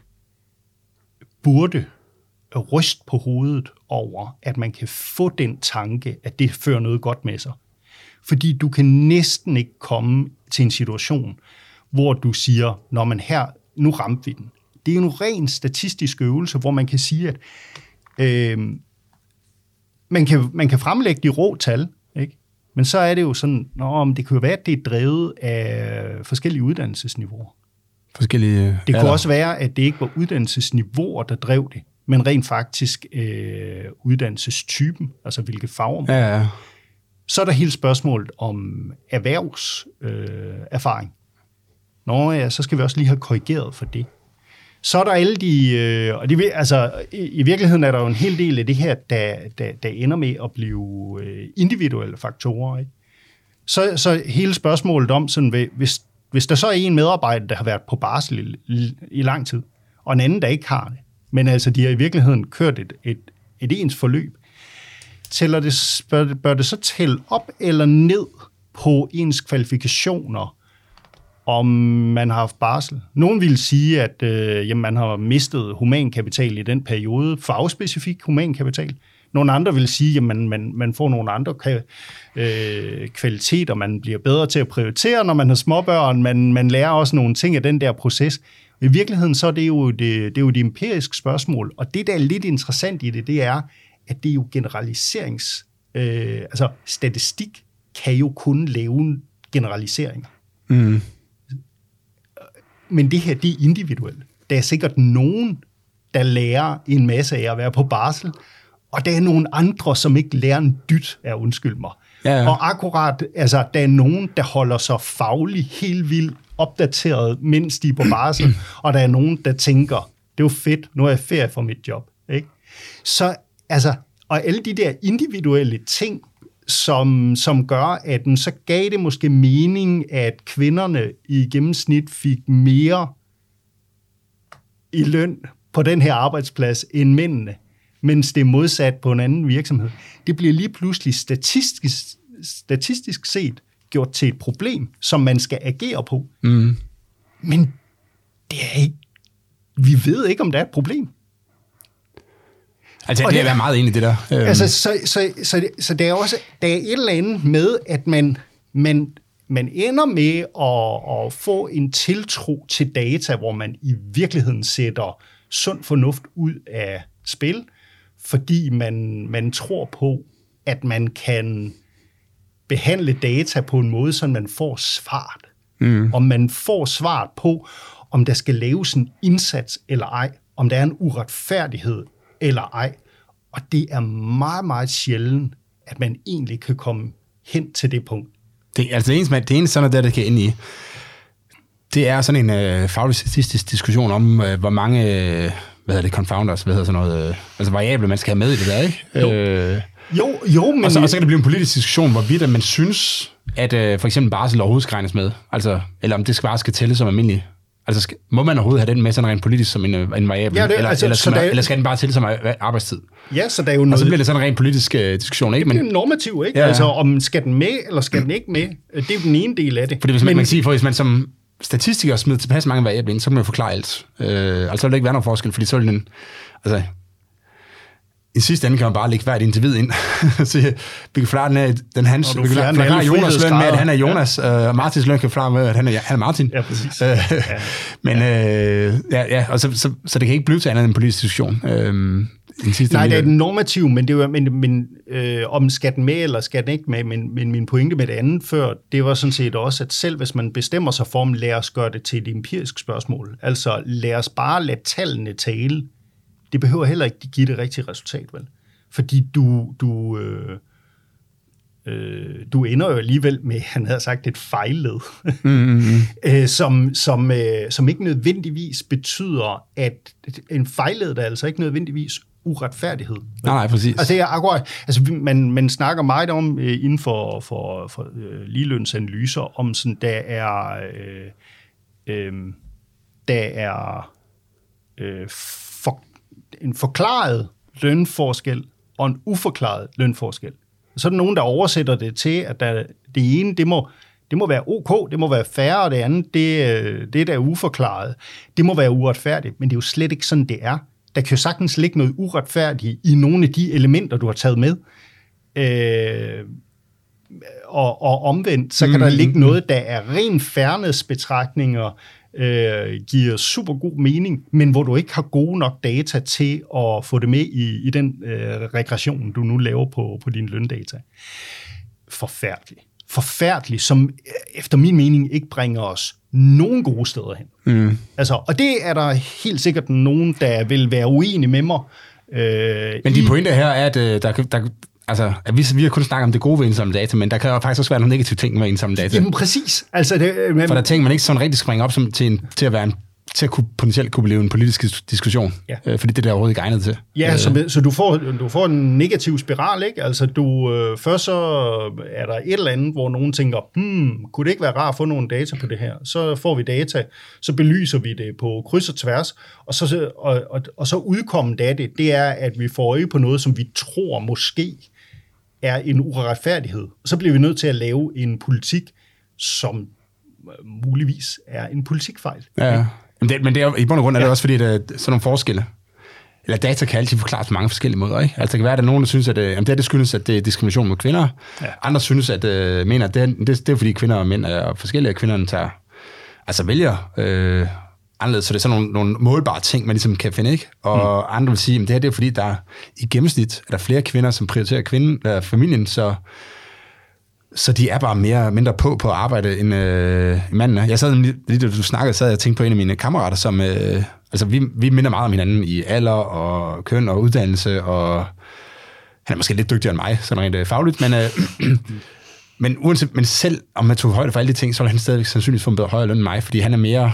S2: burde ryst på hovedet over, at man kan få den tanke, at det fører noget godt med sig. Fordi du kan næsten ikke komme til en situation, hvor du siger, når man her, nu ramte vi den. Det er en ren statistisk øvelse, hvor man kan sige, at øh, man, kan, man kan fremlægge de rå tal, ikke? Men så er det jo sådan, nå, det kan jo være, at det er drevet af forskellige uddannelsesniveauer.
S1: Forskellige
S2: det kunne
S1: alder.
S2: også være, at det ikke var uddannelsesniveauer, der drev det, men rent faktisk øh, uddannelsestypen, altså hvilke fagområder.
S1: Ja, ja.
S2: Så er der hele spørgsmålet om erhvervserfaring. Øh, Nå ja, så skal vi også lige have korrigeret for det. Så er der alle de, øh, og det, altså i, i virkeligheden er der jo en hel del af det her, der, der, der ender med at blive øh, individuelle faktorer, ikke? Så, så hele spørgsmålet om, sådan, hvis, hvis der så er en medarbejder, der har været på barsel i, i, i lang tid, og en anden, der ikke har det. Men altså, de har i virkeligheden kørt et, et, et ens forløb. Tæller det, bør, det, bør det så tælle op eller ned på ens kvalifikationer, om man har haft barsel? Nogen vil sige, at øh, jamen, man har mistet humankapital i den periode, fagspecifik humankapital. Nogle andre vil sige, at man, man, man får nogle andre øh, kvaliteter, man bliver bedre til at prioritere, når man har småbørn, man, man lærer også nogle ting af den der proces. I virkeligheden så er det jo det, det, er jo det empiriske spørgsmål, og det, der er lidt interessant i det, det er, at det er jo generaliserings... Øh, altså, statistik kan jo kun lave generaliseringer. Mm. Men det her, det er individuelt. Der er sikkert nogen, der lærer en masse af at være på barsel, og der er nogle andre, som ikke lærer en dyt af undskyld mig. Ja, ja. Og akkurat, altså, der er nogen, der holder sig fagligt helt vildt opdateret, mens de er på barsel, og der er nogen, der tænker, det er jo fedt, nu er jeg ferie for mit job. Ikke? Så, altså, og alle de der individuelle ting, som, som gør, at den, så gav det måske mening, at kvinderne i gennemsnit fik mere i løn på den her arbejdsplads end mændene, mens det er modsat på en anden virksomhed. Det bliver lige pludselig statistisk, statistisk set gjort til et problem, som man skal agere på. Mm. Men det er ikke, vi ved ikke, om der er et problem.
S1: Altså, det, det er meget enig i det der.
S2: Altså, så, så, så, så der er også der er et eller andet med, at man, man, man ender med at, at få en tiltro til data, hvor man i virkeligheden sætter sund fornuft ud af spil, fordi man, man tror på, at man kan behandle data på en måde, så man får svaret. Mm. Om man får svaret på, om der skal laves en indsats eller ej, om der er en uretfærdighed eller ej. Og det er meget, meget sjældent, at man egentlig kan komme hen til det punkt.
S1: Det, altså det eneste, det eneste sådan, der, der kan ind i, det er sådan en øh, faglig statistisk diskussion om, øh, hvor mange, øh, hvad hedder det, confounders, hvad hedder sådan noget, øh, altså variable, man skal have med i det der, ikke?
S2: Jo, øh, jo, jo men...
S1: Og så, og så kan det blive en politisk diskussion, hvorvidt man synes, at øh, for eksempel barsel overhovedet skal regnes med, altså, eller om det skal bare skal tælle som almindelig. Altså, skal, må man overhovedet have den med sådan rent politisk som en, en variable, ja, det, eller, altså, eller, som, er, eller skal den bare tælle som arbejdstid?
S2: Ja, så der er jo noget...
S1: Og så bliver det sådan en rent politisk uh, diskussion, ikke?
S2: Men, det er normativ, ikke? Ja, ja. Altså, om skal den med, eller skal den ikke med? Det er jo den ene del af det.
S1: Fordi hvis man, men, man kan sige, for hvis man som statistiker smider tilpas mange variabler ind, så kan man jo forklare alt. Uh, altså, vil det ikke være nogen forskel, fordi så vil den... Altså, i sidste ende kan man bare lægge hvert individ ind. Så vi kan forklare den af, den hans, vi kan forklare Jonas løn med, at han er Jonas, ja. Og Martins løn kan forklare med, at han er, han er Martin.
S2: Ja, præcis.
S1: ja. Men øh, ja, ja, og så, så, så det kan ikke blive til andet end en politisk diskussion. Øh,
S2: Nej, det er den normativ, men, det var, men, men øh, om skal den med, eller skal den ikke med, men, men min pointe med det andet før, det var sådan set også, at selv hvis man bestemmer sig for, om lad os gøre det til et empirisk spørgsmål, altså lad os bare lade tallene tale, det behøver heller ikke give det rigtige resultat, vel? Fordi du, du, øh, øh, du ender jo alligevel med, han havde sagt, et fejlled, mm-hmm. øh, som, som, øh, som ikke nødvendigvis betyder, at en fejlled er altså ikke nødvendigvis uretfærdighed.
S1: Nej, nej, præcis.
S2: Altså, det er akkurat, altså man, man snakker meget om øh, inden for, for, for øh, ligelønsanalyser, om sådan, der er, øh, øh, der er øh, for en forklaret lønforskel og en uforklaret lønforskel. Så er der nogen, der oversætter det til, at der, det ene, det må, det må være ok, det må være fair, og det andet, det, det der er uforklaret, det må være uretfærdigt, men det er jo slet ikke sådan, det er. Der kan jo sagtens ligge noget uretfærdigt i nogle af de elementer, du har taget med. Øh, og, og omvendt, så kan mm-hmm. der ligge noget, der er ren fairness-betragtninger, Øh, giver super god mening, men hvor du ikke har gode nok data til at få det med i, i den øh, regression, du nu laver på, på dine løndata. Forfærdeligt. Forfærdeligt, som efter min mening ikke bringer os nogen gode steder hen. Mm. Altså, og det er der helt sikkert nogen, der vil være uenige med mig. Øh,
S1: men de i, pointer her er, at øh, der, der Altså, vi, vi har kun snakket om det gode ved indsamlet data, men der kan jo faktisk også være nogle negative ting med indsamlet data.
S2: Jamen præcis. Altså, det,
S1: men, for der ting, man ikke sådan rigtig springer op som, til, en, til at være en til at kunne, potentielt kunne blive en politisk diskussion,
S2: ja.
S1: øh, fordi det er der overhovedet ikke egnet til.
S2: Ja, så, så du, får, du får en negativ spiral, ikke? Altså, du, øh, først så er der et eller andet, hvor nogen tænker, hmm, kunne det ikke være rart at få nogle data på det her? Så får vi data, så belyser vi det på kryds og tværs, og så, og, og, og så udkommet af det, det er, at vi får øje på noget, som vi tror måske er en uretfærdighed. Så bliver vi nødt til at lave en politik, som muligvis er en politikfejl.
S1: Ja, men det, men det er, i bund og grund er det ja. også, fordi der er sådan nogle forskelle. Eller data kan altid forklares på mange forskellige måder, ikke? Altså, det kan være, at der er nogen, der synes, at øh, det, det skyldes, at det er diskrimination mod kvinder. Ja. Andre synes, at øh, mener, at det, det, det er, fordi kvinder og mænd er forskellige, og kvinderne tager, altså vælger øh, anderledes. Så det er sådan nogle, nogle målbare ting, man ligesom kan finde, ikke? Og mm. andre vil sige, at det her det er, fordi der i gennemsnit er der flere kvinder, som prioriterer kvinden, eller familien, så Så de er bare mere mindre på på at arbejde end øh, manden er. Jeg sad lige, da du snakkede, sad jeg og tænkte på en af mine kammerater, som øh, altså vi, vi minder meget om hinanden i alder og køn og uddannelse, og han er måske lidt dygtigere end mig, sådan rent øh, fagligt, men, øh, men, uanset, men selv om man tog højde for alle de ting, så ville han stadigvæk sandsynligvis få en bedre højere løn end mig, fordi han er mere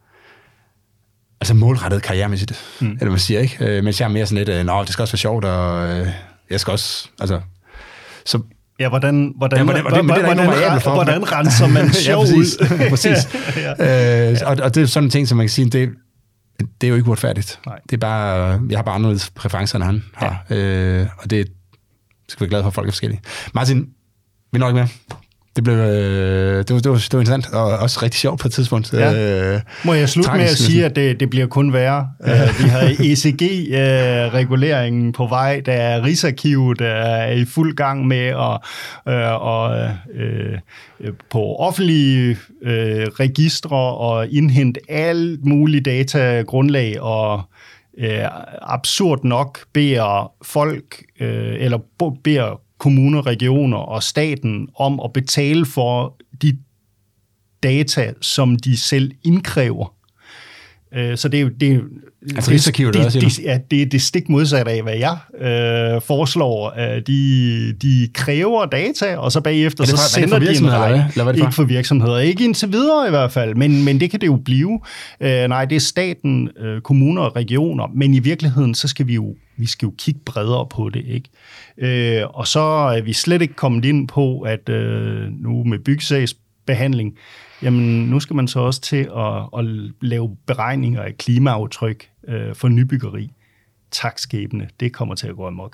S1: altså målrettet karrieremæssigt, mm. eller man siger, ikke? Øh, mens jeg er mere sådan lidt, øh, nå, det skal også være sjovt, og øh, jeg skal også, altså, så
S2: Ja, hvordan, hvordan,
S1: ja, hvordan, hvordan, hvordan,
S2: hvordan,
S1: for,
S2: hvordan renser man sjov
S1: ja, præcis,
S2: ud?
S1: præcis. ja. øh, og, og det er sådan en ting, som man kan sige, det, det er jo ikke uretfærdigt. Nej. Det er bare, jeg har bare anderledes præferencer, end han har. Ja. Øh, og det skal vi være glade for, at folk er forskellige. Martin, vi når ikke mere. Det blev, øh, det, var, det, var, det var interessant, og også rigtig sjovt på et tidspunkt.
S2: Ja. Øh, Må jeg slutte med at sige, at det, det bliver kun værre. Ja. Uh, vi har E C G-reguleringen uh, på vej, der er Rigsarkivet, der er i fuld gang med at uh, og, uh, på offentlige uh, registre og indhente alt muligt datagrundlag, og uh, absurd nok beder folk, uh, eller beder kommuner, regioner og staten om at betale for de data, som de selv indkræver. Så det er jo det,
S1: altså, det, det,
S2: det, det, ja, det er det stik modsatte af, hvad jeg øh, foreslår. De, de kræver data, og så bagefter så sender de en række. Ikke for virksomheder. Ikke indtil videre i hvert fald, men, men det kan det jo blive. Øh, nej, det er staten, øh, kommuner og regioner, men i virkeligheden, så skal vi jo vi skal jo kigge bredere på det, ikke? Øh, og så er vi slet ikke kommet ind på, at øh, nu med byggesagsbehandling, jamen nu skal man så også til at, at lave beregninger af klimaaftryk øh, for nybyggeri. Takskæbene, det kommer til at gå amok.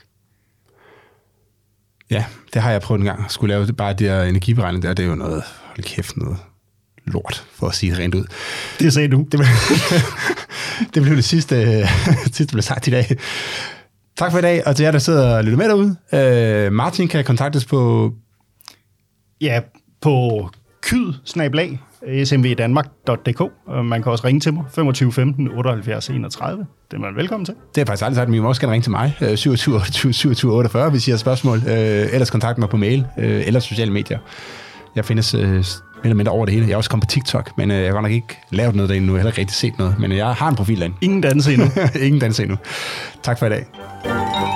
S1: Ja, det har jeg prøvet en gang. Skulle lave bare de her energiberegninger der, det er jo noget, hold kæft, noget lort, for at sige det rent ud.
S2: Det sagde du.
S1: Det blev det, blev det sidste, sidste blev sagt i dag. Tak for i dag, og til jer, der sidder og lytter med derude. Øh, Martin kan kontaktes på...
S2: Ja, på kyd snabel-a s m v danmark punktum d k. Man kan også ringe til mig, femogtyve femten otteoghalvfjerds enogtredive. Det er man velkommen til.
S1: Det er faktisk aldrig sagt, men I må også gerne ringe til mig, syvogtyve otteogtyve syvogtyve otteogfyrre, hvis I har spørgsmål. Øh, ellers kontakt mig på mail øh, eller sociale medier. Jeg findes øh, mere eller mindre over det hele. Jeg er også kommet på TikTok, men øh, jeg har godt nok ikke lavet noget derinde nu. Jeg har heller ikke rigtig set noget, men jeg har en profil derinde.
S2: Ingen danse endnu.
S1: Ingen danse endnu. Tak for i dag.